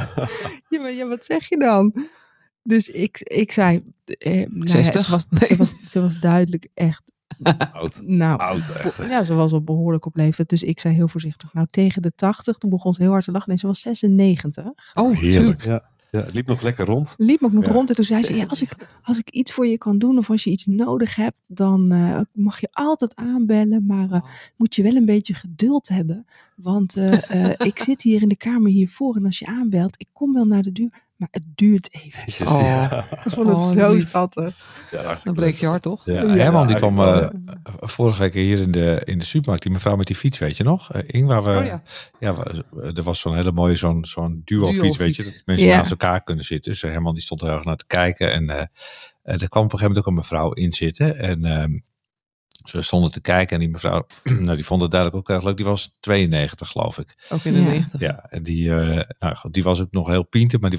Speaker 2: Ja, wat zeg je dan? Dus ik zei...
Speaker 1: 60?
Speaker 2: Ze was duidelijk echt...
Speaker 4: Oud.
Speaker 2: Oud, echt. Ja, ze was al behoorlijk op leeftijd. Dus ik zei heel voorzichtig, tegen de 80. Toen begon ze heel hard te lachen. Nee, ze was 96.
Speaker 1: Oh,
Speaker 3: heerlijk.
Speaker 4: Ja, het liep nog lekker rond.
Speaker 2: Rond. En toen zei ze, als ik iets voor je kan doen of als je iets nodig hebt, dan mag je altijd aanbellen. Maar moet je wel een beetje geduld hebben. Want ik zit hier in de kamer hiervoor en als je aanbelt, ik kom wel naar de deur. Maar het duurt even. Ik vond het zo
Speaker 1: lief.
Speaker 2: schattig.
Speaker 4: Ja,
Speaker 1: Dan breekt je hart, toch?
Speaker 3: Ja,
Speaker 2: Ja,
Speaker 3: Herman die kwam
Speaker 4: eigenlijk
Speaker 3: vorige week hier in de supermarkt. Die mevrouw met die fiets, weet je nog? Ing, waar we,
Speaker 1: ja.
Speaker 3: er was zo'n hele mooie zo'n duo-fiets, weet je. Dat mensen naast elkaar kunnen zitten. Dus Herman die stond er erg naar te kijken. En er kwam op een gegeven moment ook een mevrouw in zitten. En ze stonden te kijken. En die mevrouw, nou, die vond het duidelijk ook erg leuk. Die was 92, geloof ik.
Speaker 1: Ook in de 90.
Speaker 3: Ja, en die was ook nog heel pinter. Maar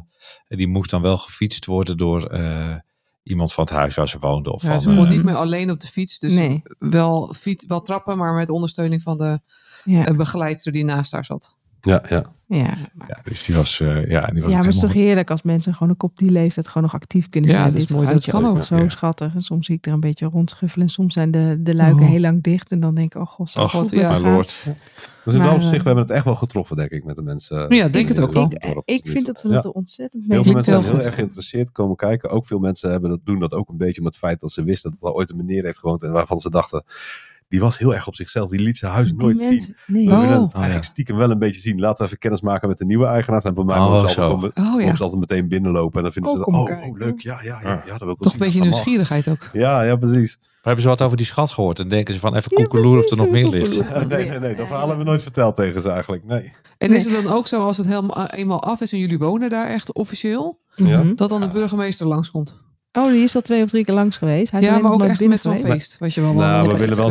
Speaker 3: die moest dan wel gefietst worden door iemand van het huis waar ze woonde. Of
Speaker 1: Ja, ze
Speaker 3: van,
Speaker 1: kon niet meer alleen op de fiets. Dus
Speaker 2: Nee.
Speaker 1: wel trappen, maar met ondersteuning van de begeleidster die naast haar zat.
Speaker 4: Ja.
Speaker 2: Ja,
Speaker 3: dus die was, die was
Speaker 2: maar het is
Speaker 3: helemaal
Speaker 2: toch heerlijk als mensen gewoon ook op die leeftijd gewoon nog actief kunnen zijn.
Speaker 1: Ja, dat is mooi. Dat kan ook.
Speaker 2: Zo schattig. En soms zie ik er een beetje rondschuffelen. En soms zijn de luiken heel lang dicht. En dan denk ik, oh god, zo goed met
Speaker 3: mijn lord.
Speaker 4: Dus in dat opzicht, we hebben het echt wel getroffen, denk ik, met de mensen.
Speaker 1: Ja, denk het ook wel.
Speaker 2: Ik vind dat we het er ontzettend mee
Speaker 4: heel veel mensen
Speaker 1: heel
Speaker 4: zijn heel
Speaker 1: goed.
Speaker 4: erg geïnteresseerd komen kijken. Ook veel mensen doen dat ook een beetje om het feit dat ze wisten dat er ooit een meneer heeft gewoond. En waarvan ze dachten, die was heel erg op zichzelf. Die liet zijn huis nooit zien.
Speaker 2: Nee.
Speaker 4: We willen eigenlijk stiekem wel een beetje zien. Laten we even kennis maken met de nieuwe eigenaars. En bij mij mogen ze altijd meteen binnenlopen. En dan vinden ze leuk. Ja, dat wil ik wel zien.
Speaker 1: Toch een beetje nieuwsgierigheid ook.
Speaker 4: Ja, precies.
Speaker 3: Hebben ze wat over die schat gehoord? En denken ze van even koekeloer of er nog meer ligt.
Speaker 4: Nee, dat verhaal hebben we nooit verteld tegen ze eigenlijk. Nee.
Speaker 1: En is het dan ook zo als het helemaal eenmaal af is en jullie wonen daar echt officieel, dat dan de burgemeester langskomt?
Speaker 2: Oh, die is al 2 of 3 keer langs geweest. Hij is
Speaker 1: Ja, maar ook echt met zo'n
Speaker 2: geweest.
Speaker 1: feest. Weet je wel,
Speaker 4: Nou, we willen wel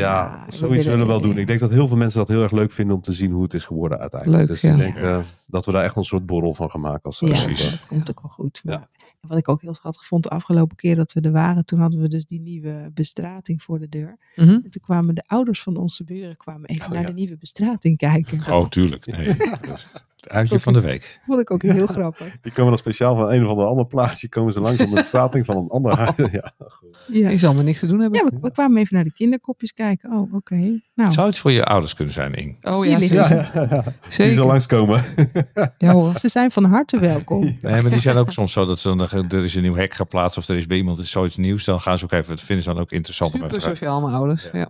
Speaker 2: zoiets
Speaker 4: willen we wel doen. Ik denk dat heel veel mensen dat heel erg leuk vinden om te zien hoe het is geworden uiteindelijk.
Speaker 1: Leuk,
Speaker 4: dus ik denk dat we daar echt een soort borrel van gaan maken.
Speaker 3: Precies.
Speaker 2: Dat komt ook wel goed. Maar
Speaker 4: Ja.
Speaker 2: wat ik ook heel schattig vond de afgelopen keer dat we er waren, toen hadden we dus die nieuwe bestrating voor de deur. En toen kwamen de ouders van onze buren even naar de nieuwe bestrating kijken.
Speaker 3: Oh, tuurlijk. Nee. Dus het uitje van de week.
Speaker 2: Vond ik ook heel grappig.
Speaker 4: Die komen dan speciaal van een of ander plaatsje, komen ze langs om de bestrating van een ander huis. Ja, goed.
Speaker 2: Ja.
Speaker 1: Ik zal maar niks te doen hebben.
Speaker 2: Ja, we kwamen even naar de kinderkopjes kijken. Oh, oké. Nou,
Speaker 3: Het zou iets voor je ouders kunnen zijn, Ing.
Speaker 1: Oh ja,
Speaker 2: Die
Speaker 1: zeker.
Speaker 4: Zie ze langskomen.
Speaker 1: Ja hoor.
Speaker 2: ze zijn van harte welkom.
Speaker 3: Nee, maar die zijn ook soms zo dat er is een nieuw hek geplaatst of er is bij iemand zoiets nieuws. Dan gaan ze ook even, dat vinden ze dan ook interessant.
Speaker 1: Super sociaal, mijn ouders. Ja.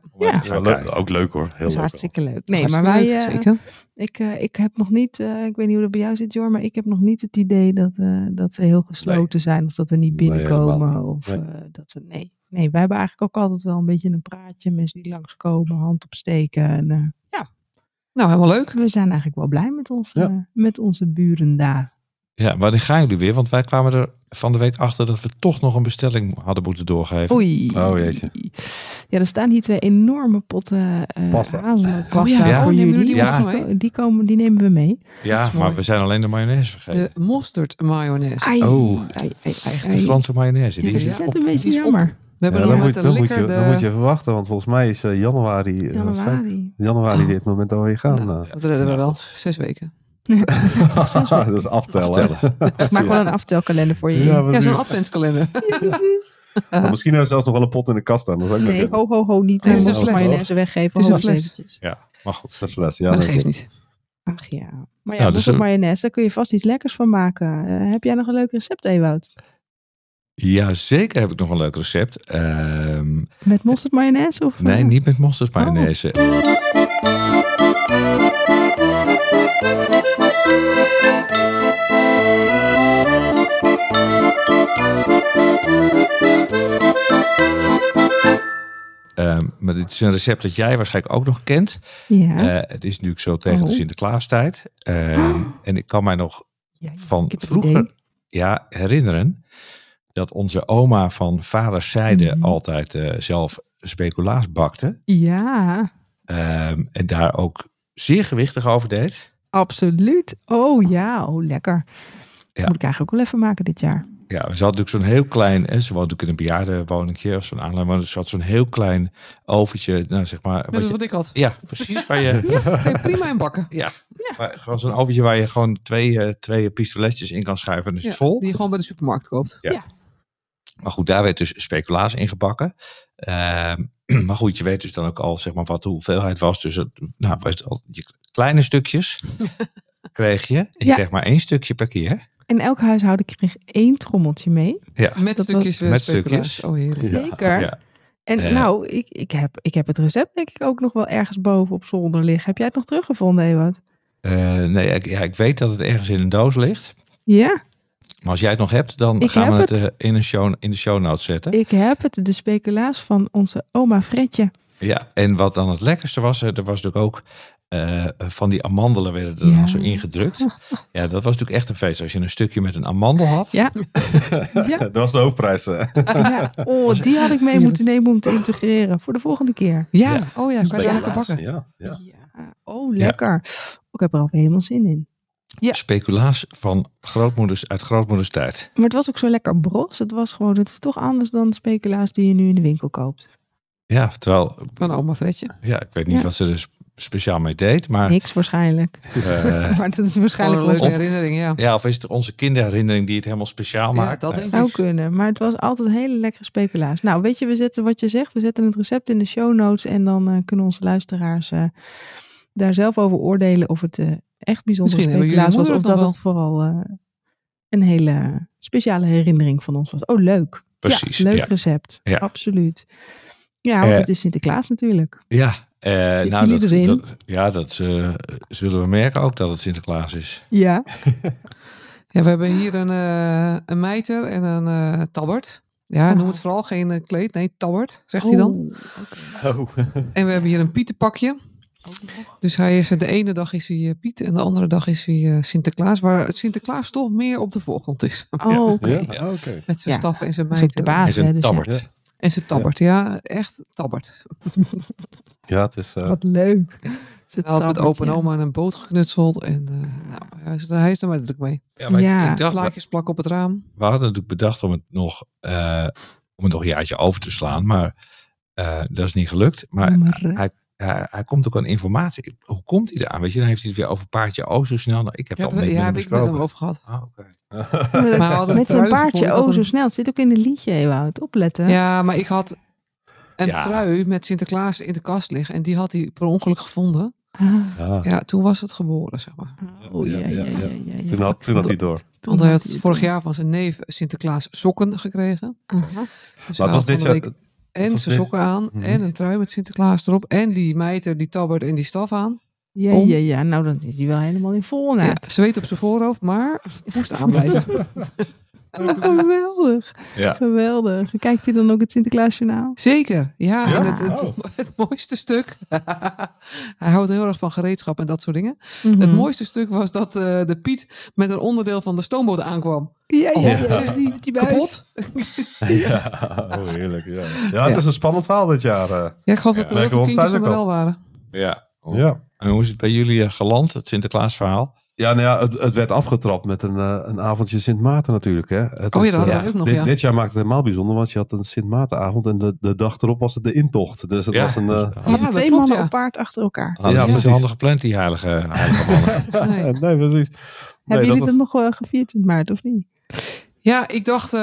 Speaker 4: Ook leuk hoor. Heel
Speaker 2: Dat is
Speaker 4: leuk.
Speaker 2: hartstikke leuk. Nee,
Speaker 1: Hartstikke
Speaker 2: maar wij...
Speaker 1: leuk, zeker.
Speaker 2: Ik heb nog niet, ik weet niet hoe dat bij jou zit, Jor, maar ik heb nog niet het idee dat ze heel gesloten zijn of dat we niet binnenkomen. Nee, wij hebben eigenlijk ook altijd wel een beetje een praatje. Mensen die langskomen, hand opsteken. En,
Speaker 1: Nou, helemaal leuk.
Speaker 2: we zijn eigenlijk wel blij met onze buren daar.
Speaker 3: Ja, wanneer gaan jullie weer? Want wij kwamen er van de week achter dat we toch nog een bestelling hadden moeten doorgeven.
Speaker 2: Oei.
Speaker 4: Oh jeetje.
Speaker 2: Ja, er staan hier 2 enorme potten hazelnootpasta voor
Speaker 1: nemen
Speaker 2: jullie.
Speaker 1: die
Speaker 2: Die nemen we mee.
Speaker 3: Ja, maar we zijn alleen de mayonaise vergeten.
Speaker 1: De mosterd mayonaise.
Speaker 3: Echt de Franse mayonaise. Die
Speaker 2: Dat
Speaker 3: is
Speaker 2: is net een beetje jammer.
Speaker 1: We hebben
Speaker 4: Ja,
Speaker 1: nog
Speaker 4: dan,
Speaker 1: met
Speaker 4: moet,
Speaker 1: de
Speaker 4: dan, moet
Speaker 1: likker
Speaker 4: je, dan moet je even wachten, want volgens mij is januari dit moment alweer gaan.
Speaker 1: Nou, dat redden we wel. 6 weken.
Speaker 4: Dat is aftellen.
Speaker 2: Ik maak wel een aftelkalender voor je.
Speaker 1: Ja, zo'n adventskalender.
Speaker 2: Ja, precies.
Speaker 4: Maar misschien hebben we zelfs nog wel een pot in de kast staan. Dat is ook
Speaker 2: Nee, ho, niet
Speaker 1: Het is een
Speaker 2: de
Speaker 1: fles.
Speaker 2: mayonaise weggeven.
Speaker 1: Het is een
Speaker 2: Ho,
Speaker 1: fles.
Speaker 2: eventjes.
Speaker 3: Ja, maar goed.
Speaker 4: een fles. Ja,
Speaker 1: Maar dat
Speaker 4: nee,
Speaker 1: geeft niet.
Speaker 2: Ach ja. Maar
Speaker 3: Nou,
Speaker 2: ja,
Speaker 3: dus
Speaker 2: dus mayonaise, daar kun je vast iets lekkers van maken. Heb jij nog een leuk recept, Ewout?
Speaker 3: Ja, zeker heb ik nog een leuk recept.
Speaker 2: Met mosterd mayonaise? Of,
Speaker 3: Nee, niet met mosterd mayonaise. Maar dit is een recept dat jij waarschijnlijk ook nog kent.
Speaker 2: Ja.
Speaker 3: Het is nu zo tegen de Sinterklaastijd. En ik kan mij nog van
Speaker 2: ik heb het
Speaker 3: vroeger herinneren dat onze oma van vaders zijde altijd zelf speculaas bakte.
Speaker 2: Ja,
Speaker 3: En daar ook zeer gewichtig over deed.
Speaker 2: absoluut. Oh ja, lekker.
Speaker 3: Ja.
Speaker 2: Moet ik eigenlijk ook wel even maken dit jaar.
Speaker 3: Ja, ze had natuurlijk zo'n heel klein, ze woonde natuurlijk in een bejaardenwoningje of zo'n aanleiding, maar ze had zo'n heel klein oventje, nou zeg maar.
Speaker 1: Dat is wat ik had.
Speaker 3: Ja, precies. Waar je,
Speaker 1: Kan je prima in bakken.
Speaker 3: ja. Maar gewoon zo'n oventje waar je gewoon twee pistoletjes in kan schuiven en is het vol.
Speaker 1: Die je gewoon bij de supermarkt koopt.
Speaker 3: Ja. Maar goed, daar werd dus speculaas in gebakken. Maar goed, je weet dus dan ook al zeg maar wat de hoeveelheid was. Dus je kleine stukjes kreeg je. En je kreeg maar 1 stukje per keer.
Speaker 2: En elk huishouden kreeg 1 trommeltje mee.
Speaker 3: Ja.
Speaker 1: Met
Speaker 2: Dat
Speaker 1: stukjes
Speaker 3: met
Speaker 1: speculaas.
Speaker 3: stukjes.
Speaker 1: Oh, heerlijk.
Speaker 2: Zeker.
Speaker 3: Ja.
Speaker 2: En ik heb het recept denk ik ook nog wel ergens boven op zolder liggen. Heb jij het nog teruggevonden, Ewout?
Speaker 3: Nee, ik weet dat het ergens in een doos ligt.
Speaker 2: Ja?
Speaker 3: Maar als jij het nog hebt, dan gaan we het in de show notes zetten.
Speaker 2: Ik heb het, de speculaas van onze oma Fredje.
Speaker 3: Ja, en wat dan het lekkerste was, er was natuurlijk ook van die amandelen werden er dan zo ingedrukt. Ja, dat was natuurlijk echt een feest. Als je een stukje met een amandel had.
Speaker 2: Ja.
Speaker 4: Dat was de hoofdprijs.
Speaker 2: Ja. Oh, die had ik mee moeten nemen om te integreren voor de volgende keer.
Speaker 1: Ja, kan je daar lekker bakken.
Speaker 4: Ja.
Speaker 2: Oh, lekker. Ik heb er al helemaal zin in. Ja.
Speaker 3: Speculaas van grootmoeders uit grootmoeders tijd.
Speaker 2: Maar het was ook zo lekker bros. Het is toch anders dan speculaas die je nu in de winkel koopt.
Speaker 3: Ja, terwijl...
Speaker 1: Van oma Fredje.
Speaker 3: Ja, ik weet niet wat ze er speciaal mee deed, maar...
Speaker 2: Niks waarschijnlijk. Maar dat is waarschijnlijk
Speaker 1: een leuke herinnering, ja.
Speaker 3: Ja, of is het onze kinderherinnering die het helemaal speciaal maakt?
Speaker 1: Dat denk ik.
Speaker 2: Zou kunnen, maar het was altijd een hele lekkere speculaas. Nou, weet je, we zetten wat je zegt. We zetten het recept in de show notes en dan kunnen onze luisteraars daar zelf over oordelen of het echt bijzondere speculaas was. Of dat het vooral een hele speciale herinnering van ons was. Oh, leuk.
Speaker 3: Precies.
Speaker 2: Ja, leuk recept. Ja. Absoluut. Ja, want het is Sinterklaas natuurlijk.
Speaker 3: Ja, dat zullen we merken ook dat het Sinterklaas is.
Speaker 2: Ja.
Speaker 1: Ja, we hebben hier een mijter en een tabbert. Ja, noem het vooral geen kleed. Nee, tabbert, zegt hij dan.
Speaker 4: Okay.
Speaker 1: En we hebben hier een pietenpakje. Dus hij is, de ene dag is hij Piet en de andere dag is hij Sinterklaas. Waar Sinterklaas toch meer op de voorgrond is.
Speaker 2: Oh, oké.
Speaker 1: Met zijn staffen en zijn
Speaker 2: mijter.
Speaker 1: mijter.
Speaker 3: En zijn tabbert.
Speaker 1: En zijn tabbert, ja. Echt tabbert.
Speaker 4: Ja, het is...
Speaker 2: Wat leuk.
Speaker 1: Hij had met open oma een boot geknutseld. En hij is er maar druk mee.
Speaker 3: Ja, maar ik dacht...
Speaker 1: Plaatjes plakken op het raam.
Speaker 3: We hadden natuurlijk bedacht om het nog een jaartje over te slaan. Maar dat is niet gelukt. Maar hij komt ook aan informatie. Hoe komt hij eraan? Weet je, dan heeft hij het weer over paardje zo snel. Nou, ik heb het al met
Speaker 1: heb ik met hem over gehad.
Speaker 3: Oh, okay.
Speaker 2: Met zijn paardje zo snel. Het zit ook in een liedje, Ewout. Opletten.
Speaker 1: Ja, maar ik had een trui met Sinterklaas in de kast liggen. En die had hij per ongeluk gevonden. Ja, toen was het geboren, zeg maar.
Speaker 2: Oh, ja.
Speaker 4: Toen had hij door.
Speaker 1: Want hij had vorig jaar van zijn neef Sinterklaas sokken gekregen. Dus
Speaker 4: maar het was dit jaar...
Speaker 1: En zijn sokken aan. En een trui met Sinterklaas erop. En die mijter, die tabbert en die staf aan.
Speaker 2: Ja. Nou, dan is hij wel helemaal in vol naad.
Speaker 1: Ja, zweet op zijn voorhoofd, maar moest aanblijven.
Speaker 2: Geweldig.
Speaker 3: Ja.
Speaker 2: Geweldig. Kijkt hij dan ook het Sinterklaasjournaal?
Speaker 1: Zeker, ja. En het mooiste stuk... hij houdt heel erg van gereedschap en dat soort dingen. Het mooiste stuk was dat de Piet met een onderdeel van de stoomboot aankwam.
Speaker 2: Ja.
Speaker 1: Zegt hij, kapot?
Speaker 4: Heerlijk. Ja, het is een spannend verhaal dit jaar.
Speaker 1: Ja, ik geloof dat er heel veel kindjes van de wel waren.
Speaker 3: Ja. En hoe is het bij jullie geland, het Sinterklaasverhaal?
Speaker 4: Ja, nou ja, het werd afgetrapt met een avondje Sint Maarten natuurlijk. Hè.
Speaker 1: Dat hadden we ook nog,
Speaker 4: dit jaar maakte het helemaal bijzonder, want je had een Sint Maartenavond en de dag erop was het de intocht. Dus het was een...
Speaker 2: twee mannen op paard achter elkaar.
Speaker 3: Niet zo handig gepland, die heilige mannen.
Speaker 4: Nee, precies.
Speaker 2: Hebben jullie dat nog gevierd in maart, of niet?
Speaker 1: Ja, ik dacht,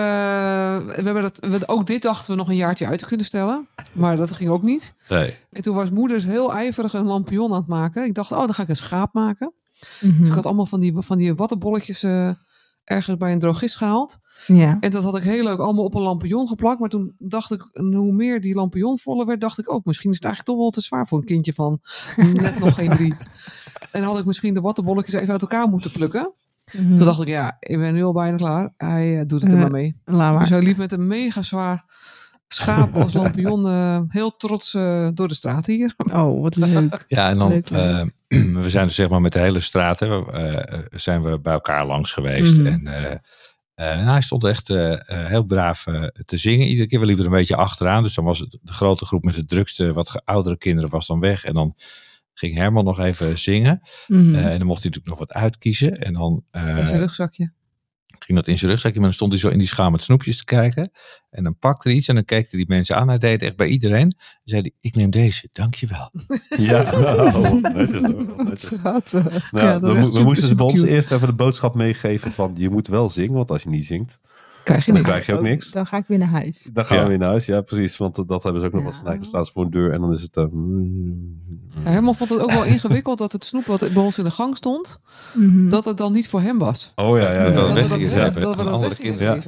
Speaker 1: ook dit dachten we nog een jaartje uit te kunnen stellen. Maar dat ging ook niet.
Speaker 3: Nee.
Speaker 1: En toen was moeder heel ijverig een lampion aan het maken. Ik dacht, dan ga ik een schaap maken. Dus ik had allemaal van die wattenbolletjes ergens bij een drogist gehaald.
Speaker 2: Ja.
Speaker 1: En dat had ik heel leuk allemaal op een lampion geplakt. Maar toen dacht ik, hoe meer die lampion voller werd, dacht ik ook, misschien is het eigenlijk toch wel te zwaar voor een kindje van net nog geen 3. En had ik misschien de wattenbolletjes even uit elkaar moeten plukken. Toen dacht ik, ik ben nu al bijna klaar. Hij doet het er maar mee. Dus hij liep met een mega zwaar schaap als lampion heel trots door de straat hier.
Speaker 2: Oh, wat leuk.
Speaker 3: Ja, en dan we zijn dus zeg maar met de hele straat zijn we bij elkaar langs geweest. En hij stond echt heel braaf te zingen. Iedere keer, we liepen er een beetje achteraan. Dus dan was het de grote groep met de drukste, wat oudere kinderen was dan weg. En dan ging Herman nog even zingen. En dan mocht hij natuurlijk nog wat uitkiezen. En dan
Speaker 1: in zijn rugzakje.
Speaker 3: Ging dat in zijn rugzakje, maar dan stond hij zo in die schaal met snoepjes te kijken. En dan pakte hij iets en dan keek hij die mensen aan. Hij deed het echt bij iedereen. Dan zei hij, ik neem deze, dankjewel.
Speaker 4: Ja, netjes.
Speaker 2: Schattig.
Speaker 4: Nou, we moesten ze bij ons eerst even de boodschap meegeven van, je moet wel zingen, want als je niet zingt, dan krijg je ook niks.
Speaker 2: Dan ga ik weer naar huis.
Speaker 4: Dan gaan we weer naar huis, ja precies. Want dat hebben ze ook nog wat snijden. Staat ze voor een deur en dan is het...
Speaker 1: Herman vond het ook wel ingewikkeld dat het snoep wat bij ons in de gang stond, dat het dan niet voor hem was.
Speaker 4: Oh ja.
Speaker 3: Dat we dat weg gingen
Speaker 1: geven.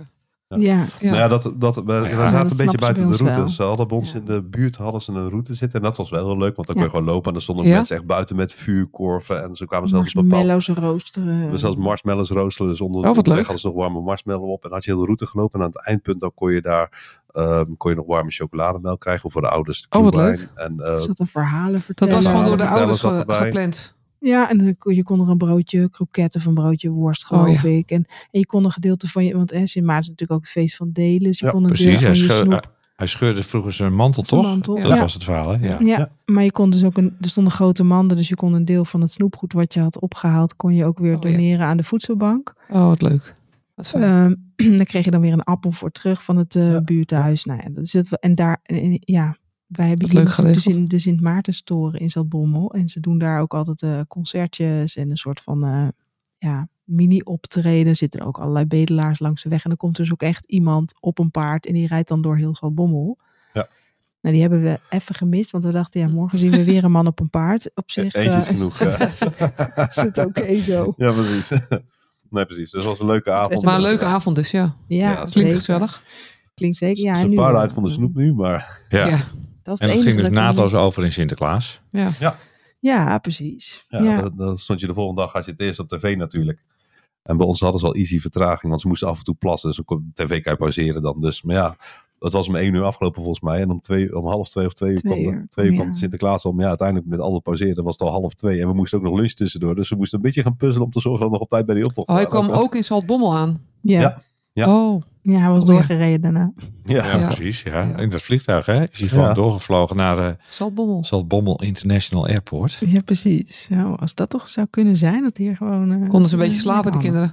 Speaker 2: Ja.
Speaker 4: Nou ja, we zaten een beetje buiten de route.
Speaker 2: Wel.
Speaker 4: Ze hadden bij ons in de buurt een route zitten. En dat was wel heel leuk, want dan kon je gewoon lopen. En er stonden mensen echt buiten met vuurkorven. En zo kwamen zelfs
Speaker 2: marshmallows roosteren.
Speaker 4: Zelfs marshmallows roosteren. Dus onderweg hadden ze nog warme marshmallow op. En dan had je heel de route gelopen. En aan het eindpunt dan kon je daar nog warme chocolademelk krijgen. Of voor de ouders.
Speaker 1: Wat leuk.
Speaker 4: En,
Speaker 2: zat een verhalen vertellen.
Speaker 1: Dat was gewoon door de ouders gepland.
Speaker 2: Ja, en je kon er een broodje kroketten of een broodje worst, geloof ik. En je kon een gedeelte van je... Want Sint Maarten is natuurlijk ook het feest van delen. Dus je kon een
Speaker 3: precies.
Speaker 2: deel van je snoep...
Speaker 3: Hij scheurde vroeger zijn mantel, toch? Dat was het verhaal, hè?
Speaker 2: Ja, maar je kon dus ook er stonden grote manden, dus je kon een deel van het snoepgoed wat je had opgehaald, kon je ook weer doneren aan de voedselbank.
Speaker 1: Oh, wat leuk.
Speaker 2: Dan kreeg je dan weer een appel voor terug van het buurthuis. Nou ja, dat is het. En daar, wij hebben hier de Sint Maartenstoren in Zaltbommel. En ze doen daar ook altijd concertjes en een soort van mini-optreden. Zitten er ook allerlei bedelaars langs de weg. En dan komt dus ook echt iemand op een paard en die rijdt dan door heel Zaltbommel.
Speaker 4: Ja.
Speaker 2: Nou, die hebben we even gemist, want we dachten, morgen zien we weer een man op een paard. Op zich
Speaker 4: eentje is genoeg.
Speaker 2: Is het oké zo?
Speaker 4: Ja, precies. Nee, precies. Dus het was een leuke avond.
Speaker 1: Maar een leuke avond dus, ja.
Speaker 2: Ja,
Speaker 1: klinkt gezellig.
Speaker 2: Klinkt zeker. Ja,
Speaker 4: het is een paar uit van de snoep nu, maar...
Speaker 3: Ja.
Speaker 2: Dat
Speaker 3: en dat ging dus naadloos over in Sinterklaas.
Speaker 2: Ja, precies.
Speaker 4: Dan stond je de volgende dag, had je het eerst op tv natuurlijk. En bij ons hadden ze al easy vertraging, want ze moesten af en toe plassen. Dus de tv kan je pauzeren dan. Dus, maar ja, het was om 1 uur afgelopen volgens mij. En om 1:30 of 2 uur kwam de Sinterklaas om. Ja, uiteindelijk met al het pauzeren was het al 1:30. En we moesten ook nog lunch tussendoor. Dus we moesten een beetje gaan puzzelen om te zorgen dat we nog op tijd bij die optocht
Speaker 1: hij kwam ook in Zaltbommel aan?
Speaker 2: Ja.
Speaker 1: Oh.
Speaker 2: Ja, hij was doorgereden daarna.
Speaker 3: Ja, precies. Ja. In dat vliegtuig is hij gewoon doorgevlogen naar Zaltbommel International Airport.
Speaker 2: Ja, precies. Nou, als dat toch zou kunnen zijn, dat hier gewoon...
Speaker 1: Konden ze een beetje slapen, de kinderen?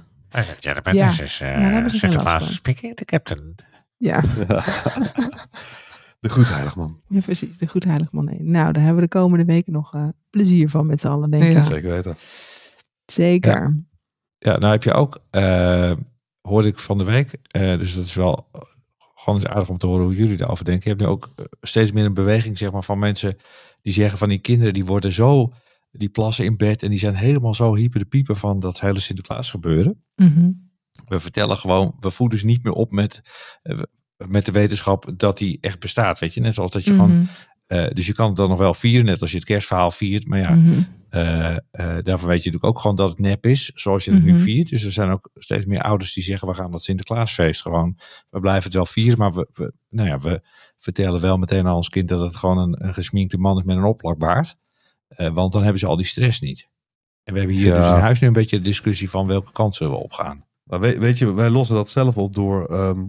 Speaker 3: Sinterklaas speaking, the captain.
Speaker 2: Ja.
Speaker 4: De Goedheiligman.
Speaker 2: Ja, precies. De Goedheiligman. Nee. Nou, daar hebben we de komende weken nog plezier van met z'n allen, denk ik.
Speaker 4: Ja. Zeker weten.
Speaker 2: Zeker.
Speaker 3: Ja, nou heb je ook... hoorde ik van de week, dus dat is wel gewoon eens aardig om te horen hoe jullie daarover denken. Je hebt nu ook steeds meer een beweging, zeg maar, van mensen die zeggen van die kinderen die worden zo, die plassen in bed en die zijn helemaal zo hyper de pieper van dat hele Sinterklaas gebeuren.
Speaker 2: Mm-hmm.
Speaker 3: We vertellen gewoon, we voeden ze niet meer op met de wetenschap dat die echt bestaat, weet je. Net zoals dat je gewoon, dus je kan het dan nog wel vieren, net als je het kerstverhaal viert, maar ja, daarvan weet je natuurlijk ook gewoon dat het nep is, zoals je het nu viert. Dus er zijn ook steeds meer ouders die zeggen, we gaan dat Sinterklaasfeest gewoon, we blijven het wel vieren, maar we vertellen wel meteen aan ons kind dat het gewoon een gesminkte man is met een opplakbaard. Want dan hebben ze al die stress niet. En we hebben hier dus in huis nu een beetje de discussie van welke kant zullen we opgaan.
Speaker 4: Maar weet je, wij lossen dat zelf op door...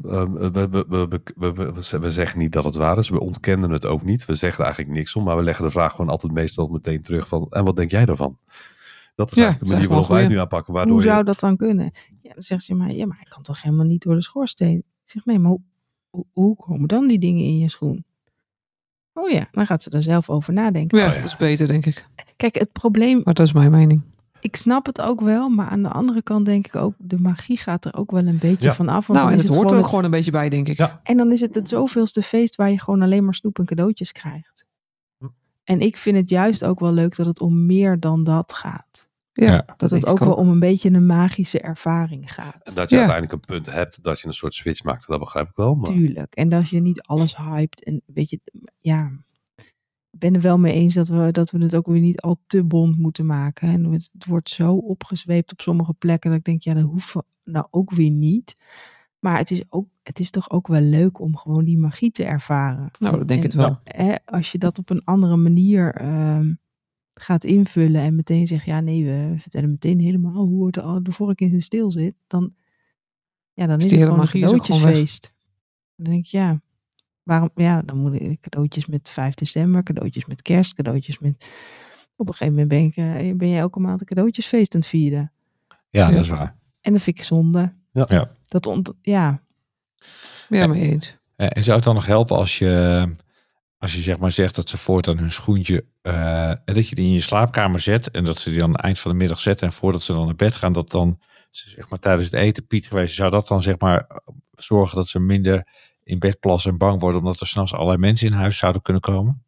Speaker 4: we zeggen niet dat het waar is. We ontkennen het ook niet. We zeggen er eigenlijk niks om. Maar we leggen de vraag gewoon altijd meestal meteen terug van... En wat denk jij daarvan? Dat is eigenlijk de manier waarop wij het nu aanpakken. Waardoor
Speaker 2: hoe zou dat dan kunnen? Ja, dan zegt ze, maar ik kan toch helemaal niet door de schoorsteen? Ik zeg, nee, maar hoe komen dan die dingen in je schoen? Oh ja, dan gaat ze er zelf over nadenken.
Speaker 1: Ja, dat is beter, denk ik.
Speaker 2: Kijk, het probleem...
Speaker 1: Maar dat is mijn mening.
Speaker 2: Ik snap het ook wel, maar aan de andere kant denk ik ook... de magie gaat er ook wel een beetje van af.
Speaker 1: Want en het hoort er ook gewoon een beetje bij, denk ik.
Speaker 4: Ja.
Speaker 2: En dan is het zoveelste feest waar je gewoon alleen maar snoep en cadeautjes krijgt. En ik vind het juist ook wel leuk dat het om meer dan dat gaat.
Speaker 1: Ja,
Speaker 2: dat het ook wel om een beetje een magische ervaring gaat.
Speaker 4: En dat je uiteindelijk een punt hebt dat je een soort switch maakt, dat begrijp ik wel. Maar...
Speaker 2: Tuurlijk. En dat je niet alles hypt. En weet je, ik ben er wel mee eens dat we het ook weer niet al te bond moeten maken. En het wordt zo opgezweept op sommige plekken dat ik denk, dat hoeft nou ook weer niet. Maar het is toch ook wel leuk om gewoon die magie te ervaren.
Speaker 1: Nou, dat denk ik wel.
Speaker 2: Als je dat op een andere manier gaat invullen en meteen zegt, we vertellen meteen helemaal hoe het de vork in zijn steel zit, dan is het gewoon een cadeautjesfeest. Dan denk ik, waarom? Ja, dan moet ik cadeautjes met 5 december, cadeautjes met kerst, cadeautjes met... Op een gegeven moment ben je elke maand een cadeautjesfeest aan het vieren.
Speaker 3: Ja, dat is waar.
Speaker 2: En dat vind ik zonde.
Speaker 3: Ja.
Speaker 2: Ja,
Speaker 1: mee eens.
Speaker 3: En zou het dan nog helpen als je zeg maar zegt dat ze voortaan hun schoentje, dat je die in je slaapkamer zet en dat ze die aan het eind van de middag zetten en voordat ze dan naar bed gaan, dat dan zeg maar tijdens het eten Piet geweest, zou dat dan zeg maar zorgen dat ze minder in bed plassen en bang worden omdat er 's nachts allerlei mensen in huis zouden kunnen komen?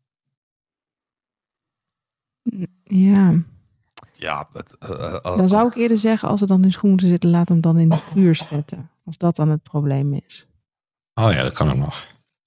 Speaker 2: Ja.
Speaker 4: Ja.
Speaker 2: Dan zou ik eerder zeggen, als ze dan in schoenen zitten, laat hem dan in de vuur zetten. Als dat dan het probleem is.
Speaker 3: Oh ja, dat kan ook nog.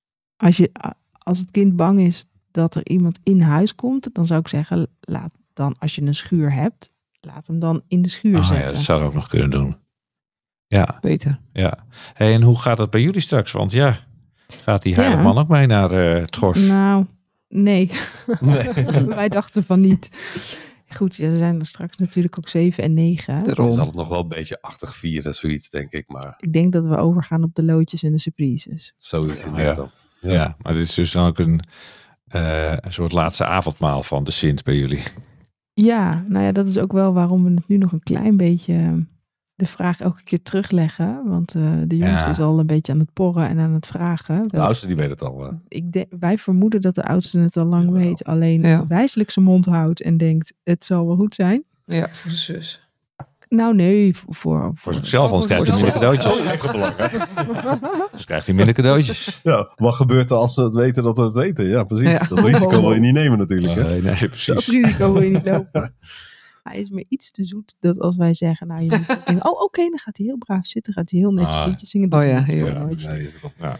Speaker 2: Als het kind bang is dat er iemand in huis komt, dan zou ik zeggen, laat dan, als je een schuur hebt, laat hem dan in de schuur
Speaker 3: Oh ja,
Speaker 2: zetten.
Speaker 3: dat zou ik ook nog kunnen doen. Ja.
Speaker 1: Beter.
Speaker 3: Ja. Hey, en hoe gaat het bij jullie straks? Want ja, gaat die heilige
Speaker 2: Ja.
Speaker 3: man ook mee naar het Gors?
Speaker 2: Nou, nee.
Speaker 4: Nee.
Speaker 2: Wij dachten van niet. Goed, ja, ze zijn er straks natuurlijk ook 7 en 9.
Speaker 4: Je zal
Speaker 1: Daarom.
Speaker 4: het nog wel een beetje achtig vieren, zoiets denk ik. Maar
Speaker 2: Ik denk dat we overgaan op de loodjes en de surprises.
Speaker 4: zoiets in
Speaker 3: Ja.
Speaker 4: Nederland.
Speaker 3: Ja, maar dit is dus dan ook een soort laatste avondmaal van de Sint bij jullie.
Speaker 2: Ja, nou ja, dat is ook wel waarom we het nu nog een klein beetje de vraag elke keer terugleggen. Want de jongste
Speaker 3: Ja.
Speaker 2: is al een beetje aan het porren en aan het vragen.
Speaker 4: De oudste die weet het al.
Speaker 2: Wij vermoeden dat de oudste het al lang
Speaker 4: Jawel.
Speaker 2: weet. Alleen
Speaker 1: Ja.
Speaker 2: wijselijk zijn mond houdt en denkt, het zal wel goed zijn.
Speaker 1: Ja, voor de zus.
Speaker 2: Nou nee, voor
Speaker 3: zichzelf, anders krijgt hij minder cadeautjes.
Speaker 4: eigen belang, hè?
Speaker 3: Dus krijgt hij minder cadeautjes.
Speaker 4: Ja, wat gebeurt er als ze het weten dat we het weten? Ja, precies.
Speaker 1: Ja.
Speaker 4: Dat risico wil je niet nemen natuurlijk. Hè?
Speaker 3: Nee,
Speaker 2: dat
Speaker 3: precies.
Speaker 2: risico wil je niet lopen. Hij is me iets te zoet dat als wij zeggen, nou je moet ook denken, oh oké, dan gaat hij heel braaf zitten, gaat hij heel netjes
Speaker 3: Ah.
Speaker 2: liedjes zingen.
Speaker 1: Oh
Speaker 2: doet
Speaker 1: ja,
Speaker 2: hij
Speaker 1: heel
Speaker 2: nooit.
Speaker 4: Nee,
Speaker 3: Ja.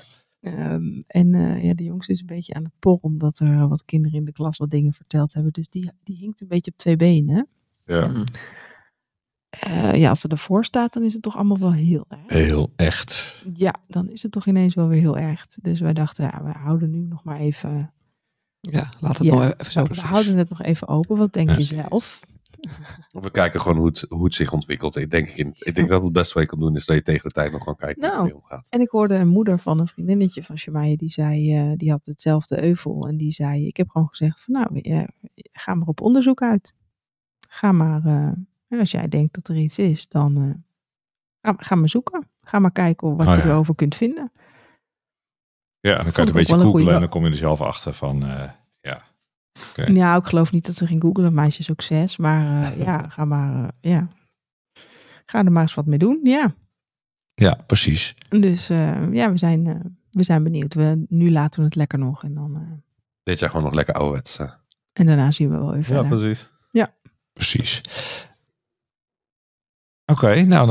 Speaker 2: En de jongste is een beetje aan het porren, omdat er wat kinderen in de klas wat dingen verteld hebben. Dus die hinkt een beetje op 2 benen.
Speaker 3: Ja.
Speaker 2: Als ze ervoor staat, dan is het toch allemaal wel heel erg.
Speaker 3: Heel echt.
Speaker 2: Ja, dan is het toch ineens wel weer heel erg. Dus wij dachten, ja, we houden nu nog maar even...
Speaker 1: Ja, laat het
Speaker 2: Ja,
Speaker 1: nog even zo.
Speaker 2: we houden het nog even open. Wat denk je
Speaker 3: Precies.
Speaker 2: zelf?
Speaker 4: We kijken gewoon hoe het zich ontwikkelt. Ik denk dat het beste wat je kan doen is dat je tegen de tijd nog kan kijken hoe
Speaker 2: Nou.
Speaker 4: het mee omgaat.
Speaker 2: En ik hoorde een moeder van een vriendinnetje van Shemaya, die zei, die had hetzelfde euvel. En die zei, ik heb gewoon gezegd van nou, ga maar op onderzoek uit. Ga maar, als jij denkt dat er iets is, dan ga maar zoeken. Ga maar kijken wat
Speaker 3: Oh
Speaker 2: je
Speaker 3: ja.
Speaker 2: erover kunt vinden.
Speaker 3: Ja, en dan kan je
Speaker 2: Vond
Speaker 3: een
Speaker 2: ik
Speaker 3: beetje
Speaker 2: ook wel een
Speaker 3: googlen en
Speaker 2: goeie-
Speaker 3: dan kom je er zelf achter van... ja. Oké.
Speaker 2: Ja, ik geloof niet dat ze ging googlen, meisje is ook 6. Maar ga maar, ga er maar eens wat mee doen, ja.
Speaker 3: Ja, precies.
Speaker 2: Dus we zijn benieuwd. Nu laten we het lekker nog en dan...
Speaker 4: Dit jaar gewoon nog lekker ouderwets.
Speaker 2: En daarna zien we wel weer verder.
Speaker 4: precies.
Speaker 3: Precies. Oké, nou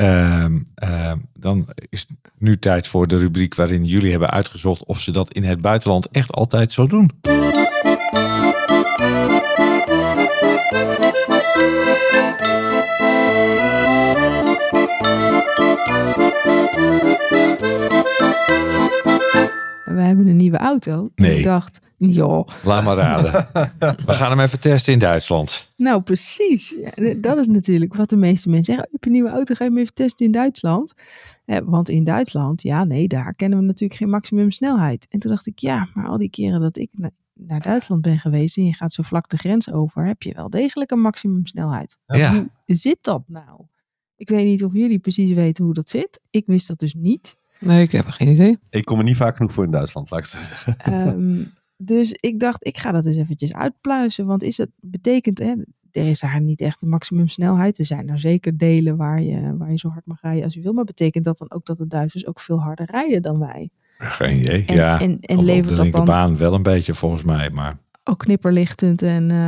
Speaker 3: dan is het nu tijd voor de rubriek waarin jullie hebben uitgezocht of ze dat in het buitenland echt altijd zo doen.
Speaker 2: We hebben een nieuwe auto. En
Speaker 3: Nee.
Speaker 2: ik dacht, joh,
Speaker 3: Laat maar raden. We gaan hem even testen in Duitsland.
Speaker 2: nou precies. Ja, dat is natuurlijk wat de meeste mensen zeggen. Je hebt een nieuwe auto, ga je hem even testen in Duitsland. Want in Duitsland, daar kennen we natuurlijk geen maximumsnelheid. En toen dacht ik, ja, maar al die keren dat ik naar Duitsland ben geweest en je gaat zo vlak de grens over, heb je wel degelijk een maximumsnelheid.
Speaker 3: Ja.
Speaker 2: Hoe zit dat nou? Ik weet niet of jullie precies weten hoe dat zit. Ik wist dat dus niet.
Speaker 1: Nee, ik heb geen idee.
Speaker 4: Ik kom er niet vaak genoeg voor in Duitsland, laat ik het zo zeggen.
Speaker 2: Dus ik dacht, ik ga dat eens eventjes uitpluizen. Want betekent, er is daar niet echt een maximumsnelheid. Er zijn er zeker delen waar je zo hard mag rijden als je wil. Maar betekent dat dan ook dat de Duitsers ook veel harder rijden dan wij?
Speaker 3: Geen idee.
Speaker 2: En,
Speaker 3: ja.
Speaker 2: en
Speaker 3: Of op
Speaker 2: levert
Speaker 3: de
Speaker 2: dat dan
Speaker 3: linkerbaan wel een beetje volgens mij. Maar
Speaker 2: ook knipperlichtend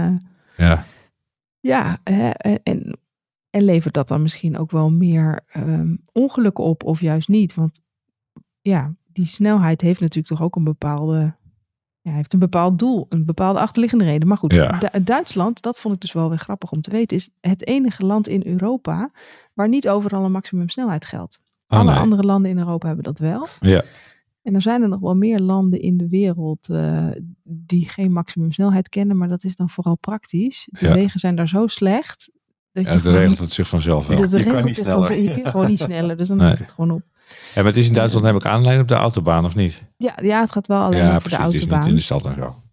Speaker 3: ja.
Speaker 2: en levert dat dan misschien ook wel meer ongelukken op of juist niet? Want ja, die snelheid heeft natuurlijk toch ook heeft een bepaald doel, een bepaalde achterliggende reden. Maar goed,
Speaker 3: Ja.
Speaker 2: Duitsland, dat vond ik dus wel weer grappig om te weten, is het enige land in Europa waar niet overal een maximumsnelheid geldt.
Speaker 3: Oh,
Speaker 2: Alle
Speaker 3: nee.
Speaker 2: andere landen in Europa hebben dat wel.
Speaker 3: Ja.
Speaker 2: En er zijn er nog wel meer landen in de wereld die geen maximumsnelheid kennen, maar dat is dan vooral praktisch. De
Speaker 3: Ja.
Speaker 2: wegen zijn daar zo slecht. Dat
Speaker 3: Ja,
Speaker 2: je
Speaker 3: dan
Speaker 2: gewoon
Speaker 3: regelt het zich vanzelf wel.
Speaker 2: dat
Speaker 4: Je kan
Speaker 2: regelt
Speaker 4: niet
Speaker 2: zich
Speaker 4: sneller.
Speaker 2: Je kunt gewoon niet sneller, dus dan
Speaker 3: Nee.
Speaker 2: houdt het gewoon op.
Speaker 3: Ja, maar het is in Duitsland heb ik aanleiding op de autobaan, of niet?
Speaker 2: Ja, het gaat wel alleen
Speaker 3: Ja,
Speaker 2: over
Speaker 3: precies.
Speaker 2: de
Speaker 3: Het is niet
Speaker 2: autobaan.
Speaker 3: in de stad en zo.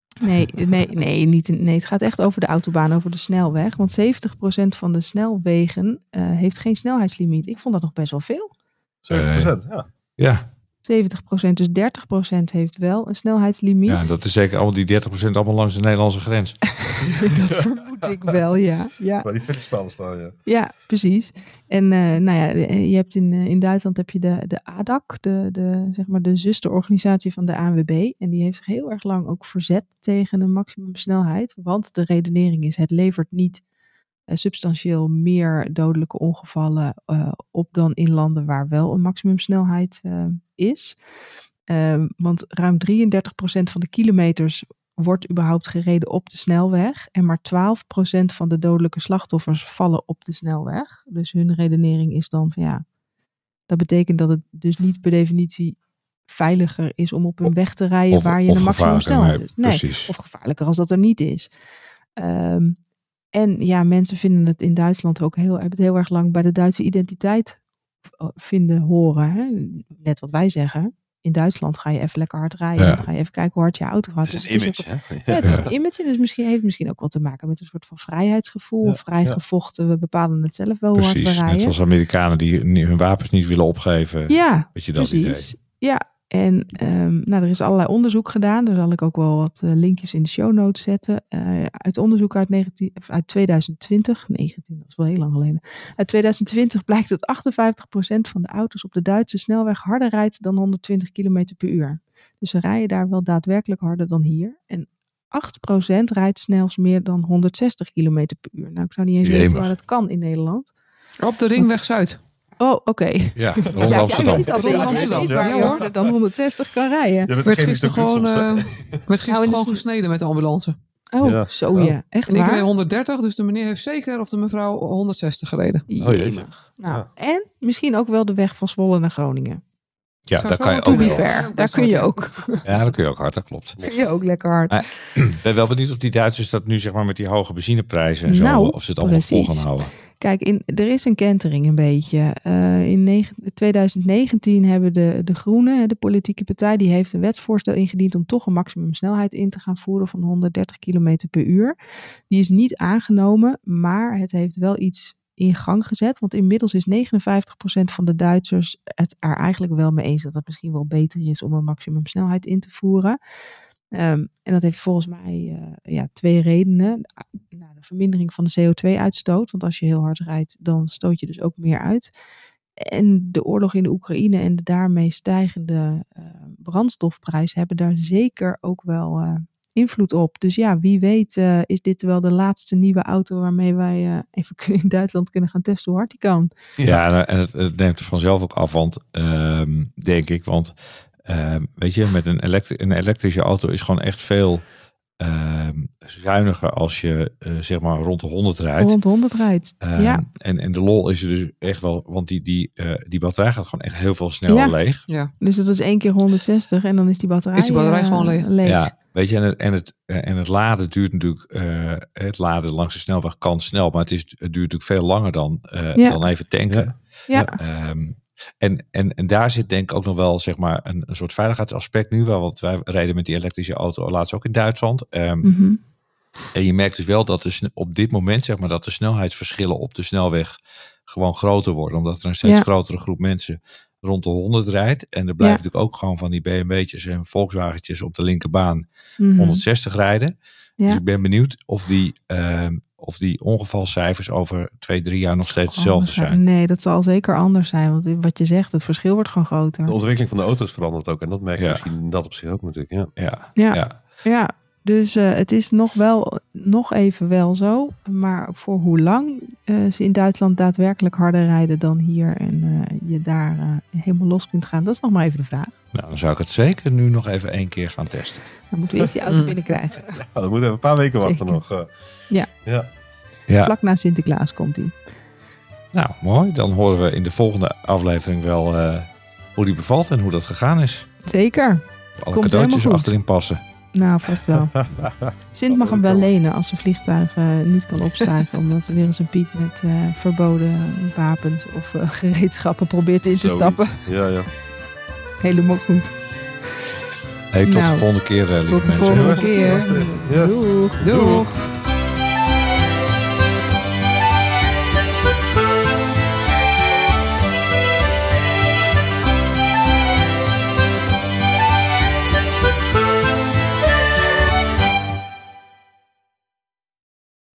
Speaker 2: Nee, het gaat echt over de autobaan, over de snelweg. Want 70% van de snelwegen heeft geen snelheidslimiet. Ik vond dat nog best wel veel.
Speaker 4: 70%, ja.
Speaker 3: Ja.
Speaker 2: 70%, dus 30% heeft wel een snelheidslimiet.
Speaker 3: Ja, dat is zeker al die 30% allemaal langs de Nederlandse grens.
Speaker 2: Dat vermoed ik wel, ja.
Speaker 4: Waar die fietspalen staan, ja.
Speaker 2: Ja, precies. En je hebt in Duitsland heb je de ADAC, zeg maar de zusterorganisatie van de ANWB. En die heeft zich heel erg lang ook verzet tegen een maximumsnelheid. Want de redenering is, het levert niet substantieel meer dodelijke ongevallen op dan in landen waar wel een maximumsnelheid is. Want ruim 33% van de kilometers wordt überhaupt gereden op de snelweg. En maar 12% van de dodelijke slachtoffers vallen op de snelweg. Dus hun redenering is dan van dat betekent dat het dus niet per definitie veiliger is om op een weg te rijden waar je een maximumsnelheid hebt.
Speaker 3: Precies.
Speaker 2: Of gevaarlijker als dat er niet is. En mensen vinden het in Duitsland ook hebben het heel erg lang bij de Duitse identiteit vinden horen. Hè? Net wat wij zeggen. In Duitsland ga je even lekker hard rijden. Dan ga je even kijken hoe hard je auto gaat.
Speaker 4: Het is een image, hè?
Speaker 2: Het is een image. En het heeft misschien ook wat te maken met een soort van vrijheidsgevoel. Vrijgevochten. We bepalen het zelf wel hoe hard we rijden.
Speaker 3: Net zoals Amerikanen die hun wapens niet willen opgeven.
Speaker 2: Ja,
Speaker 3: weet je dat idee?
Speaker 2: Ja, en er is allerlei onderzoek gedaan. Daar zal ik ook wel wat linkjes in de show notes zetten. Uit onderzoek uit 2020. 19, dat is wel heel lang geleden. Uit 2020 blijkt dat 58% van de auto's op de Duitse snelweg harder rijdt dan 120 km per uur. Dus ze rijden daar wel daadwerkelijk harder dan hier. En 8% rijdt snelst meer dan 160 km per uur. Nou, ik zou niet eens weten waar dat kan in Nederland.
Speaker 1: Op de Ringweg Zuid.
Speaker 2: Oh, oké.
Speaker 3: Ja, rond Amsterdam.
Speaker 2: Rond Amsterdam. Waar je harder dan 160 kan rijden.
Speaker 1: Werd gisteren gewoon gesneden met de ambulance.
Speaker 2: Oh, zo ja. Echt
Speaker 1: en
Speaker 2: waar?
Speaker 1: ik reed 130, dus de meneer heeft zeker of de mevrouw 160 gereden.
Speaker 2: Oh, jeetje. Nou, en misschien ook wel de weg van Zwolle naar Groningen.
Speaker 3: Ja, daar kan je ook
Speaker 2: wel. Daar kun je ook.
Speaker 3: Ja, daar kun je ook hard, dat klopt.
Speaker 2: Kun je ook lekker hard.
Speaker 3: Ik ben wel benieuwd of die Duitsers dat nu zeg maar met die hoge benzineprijzen en zo, of ze het allemaal vol gaan houden.
Speaker 2: Kijk, er is een kentering een beetje. In 2019 hebben de Groenen, de politieke partij, die heeft een wetsvoorstel ingediend om toch een maximumsnelheid in te gaan voeren van 130 km per uur. Die is niet aangenomen, maar het heeft wel iets in gang gezet. Want inmiddels is 59% van de Duitsers het er eigenlijk wel mee eens dat het misschien wel beter is om een maximumsnelheid in te voeren. En dat heeft volgens mij 2 redenen. De vermindering van de CO2-uitstoot. Want als je heel hard rijdt, dan stoot je dus ook meer uit. En de oorlog in de Oekraïne en de daarmee stijgende brandstofprijs hebben daar zeker ook wel invloed op. Dus ja, wie weet is dit wel de laatste nieuwe auto waarmee wij even in Duitsland kunnen gaan testen hoe hard die kan.
Speaker 3: Ja, en het neemt er vanzelf ook af, want denk ik, want weet je, met een elektrische auto is gewoon echt veel zuiniger als je zeg maar rond de 100 rijdt.
Speaker 2: Rond de 100 rijdt, ja.
Speaker 3: En de lol is er dus echt wel, want die batterij gaat gewoon echt heel veel sneller leeg.
Speaker 1: Ja.
Speaker 2: Dus dat is 1 keer 10060 en dan is die batterij
Speaker 1: gewoon leeg.
Speaker 3: Ja, weet je, en het laden duurt natuurlijk, het laden langs de snelweg kan snel, maar het duurt natuurlijk veel langer dan even tanken.
Speaker 2: Ja.
Speaker 3: En daar zit denk ik ook nog wel zeg maar een soort veiligheidsaspect nu wel, want wij rijden met die elektrische auto laatst ook in Duitsland. En je merkt dus wel dat op dit moment zeg maar dat de snelheidsverschillen op de snelweg gewoon groter worden, omdat er een steeds grotere groep mensen rond de 100 rijdt. En er blijven natuurlijk ook gewoon van die BMW'tjes en Volkswagentjes op de linkerbaan 160 rijden. Ja. Dus ik ben benieuwd of die ongevalcijfers over 2-3 jaar nog steeds hetzelfde zijn.
Speaker 2: Nee, dat zal zeker anders zijn. Want wat je zegt, het verschil wordt gewoon groter.
Speaker 4: De ontwikkeling van de auto's verandert ook. En dat merk je misschien in dat opzicht ook natuurlijk.
Speaker 2: Ja. Dus het is nog even wel zo. Maar voor hoe lang ze in Duitsland daadwerkelijk harder rijden dan hier. En je daar helemaal los kunt gaan. Dat is nog maar even de vraag.
Speaker 3: Nou, dan zou ik het zeker nu nog even 1 keer gaan testen.
Speaker 2: Dan moeten we eerst die auto binnenkrijgen.
Speaker 4: Nou, dan moeten we even een paar weken wachten nog.
Speaker 2: Ja. Vlak na Sinterklaas komt die.
Speaker 3: Nou, mooi. Dan horen we in de volgende aflevering wel hoe die bevalt en hoe dat gegaan is.
Speaker 2: Zeker.
Speaker 3: Alle cadeautjes achterin passen.
Speaker 2: Nou, vast wel. Sint mag hem wel lenen als zijn vliegtuig niet kan opstijgen. Omdat er weer eens een Piet met verboden wapens of gereedschappen probeert in te stappen.
Speaker 4: Ja.
Speaker 2: Helemaal goed.
Speaker 3: Hey, tot de volgende keer, lieve mensen.
Speaker 2: Tot de volgende keer.
Speaker 4: Yes.
Speaker 2: Doeg.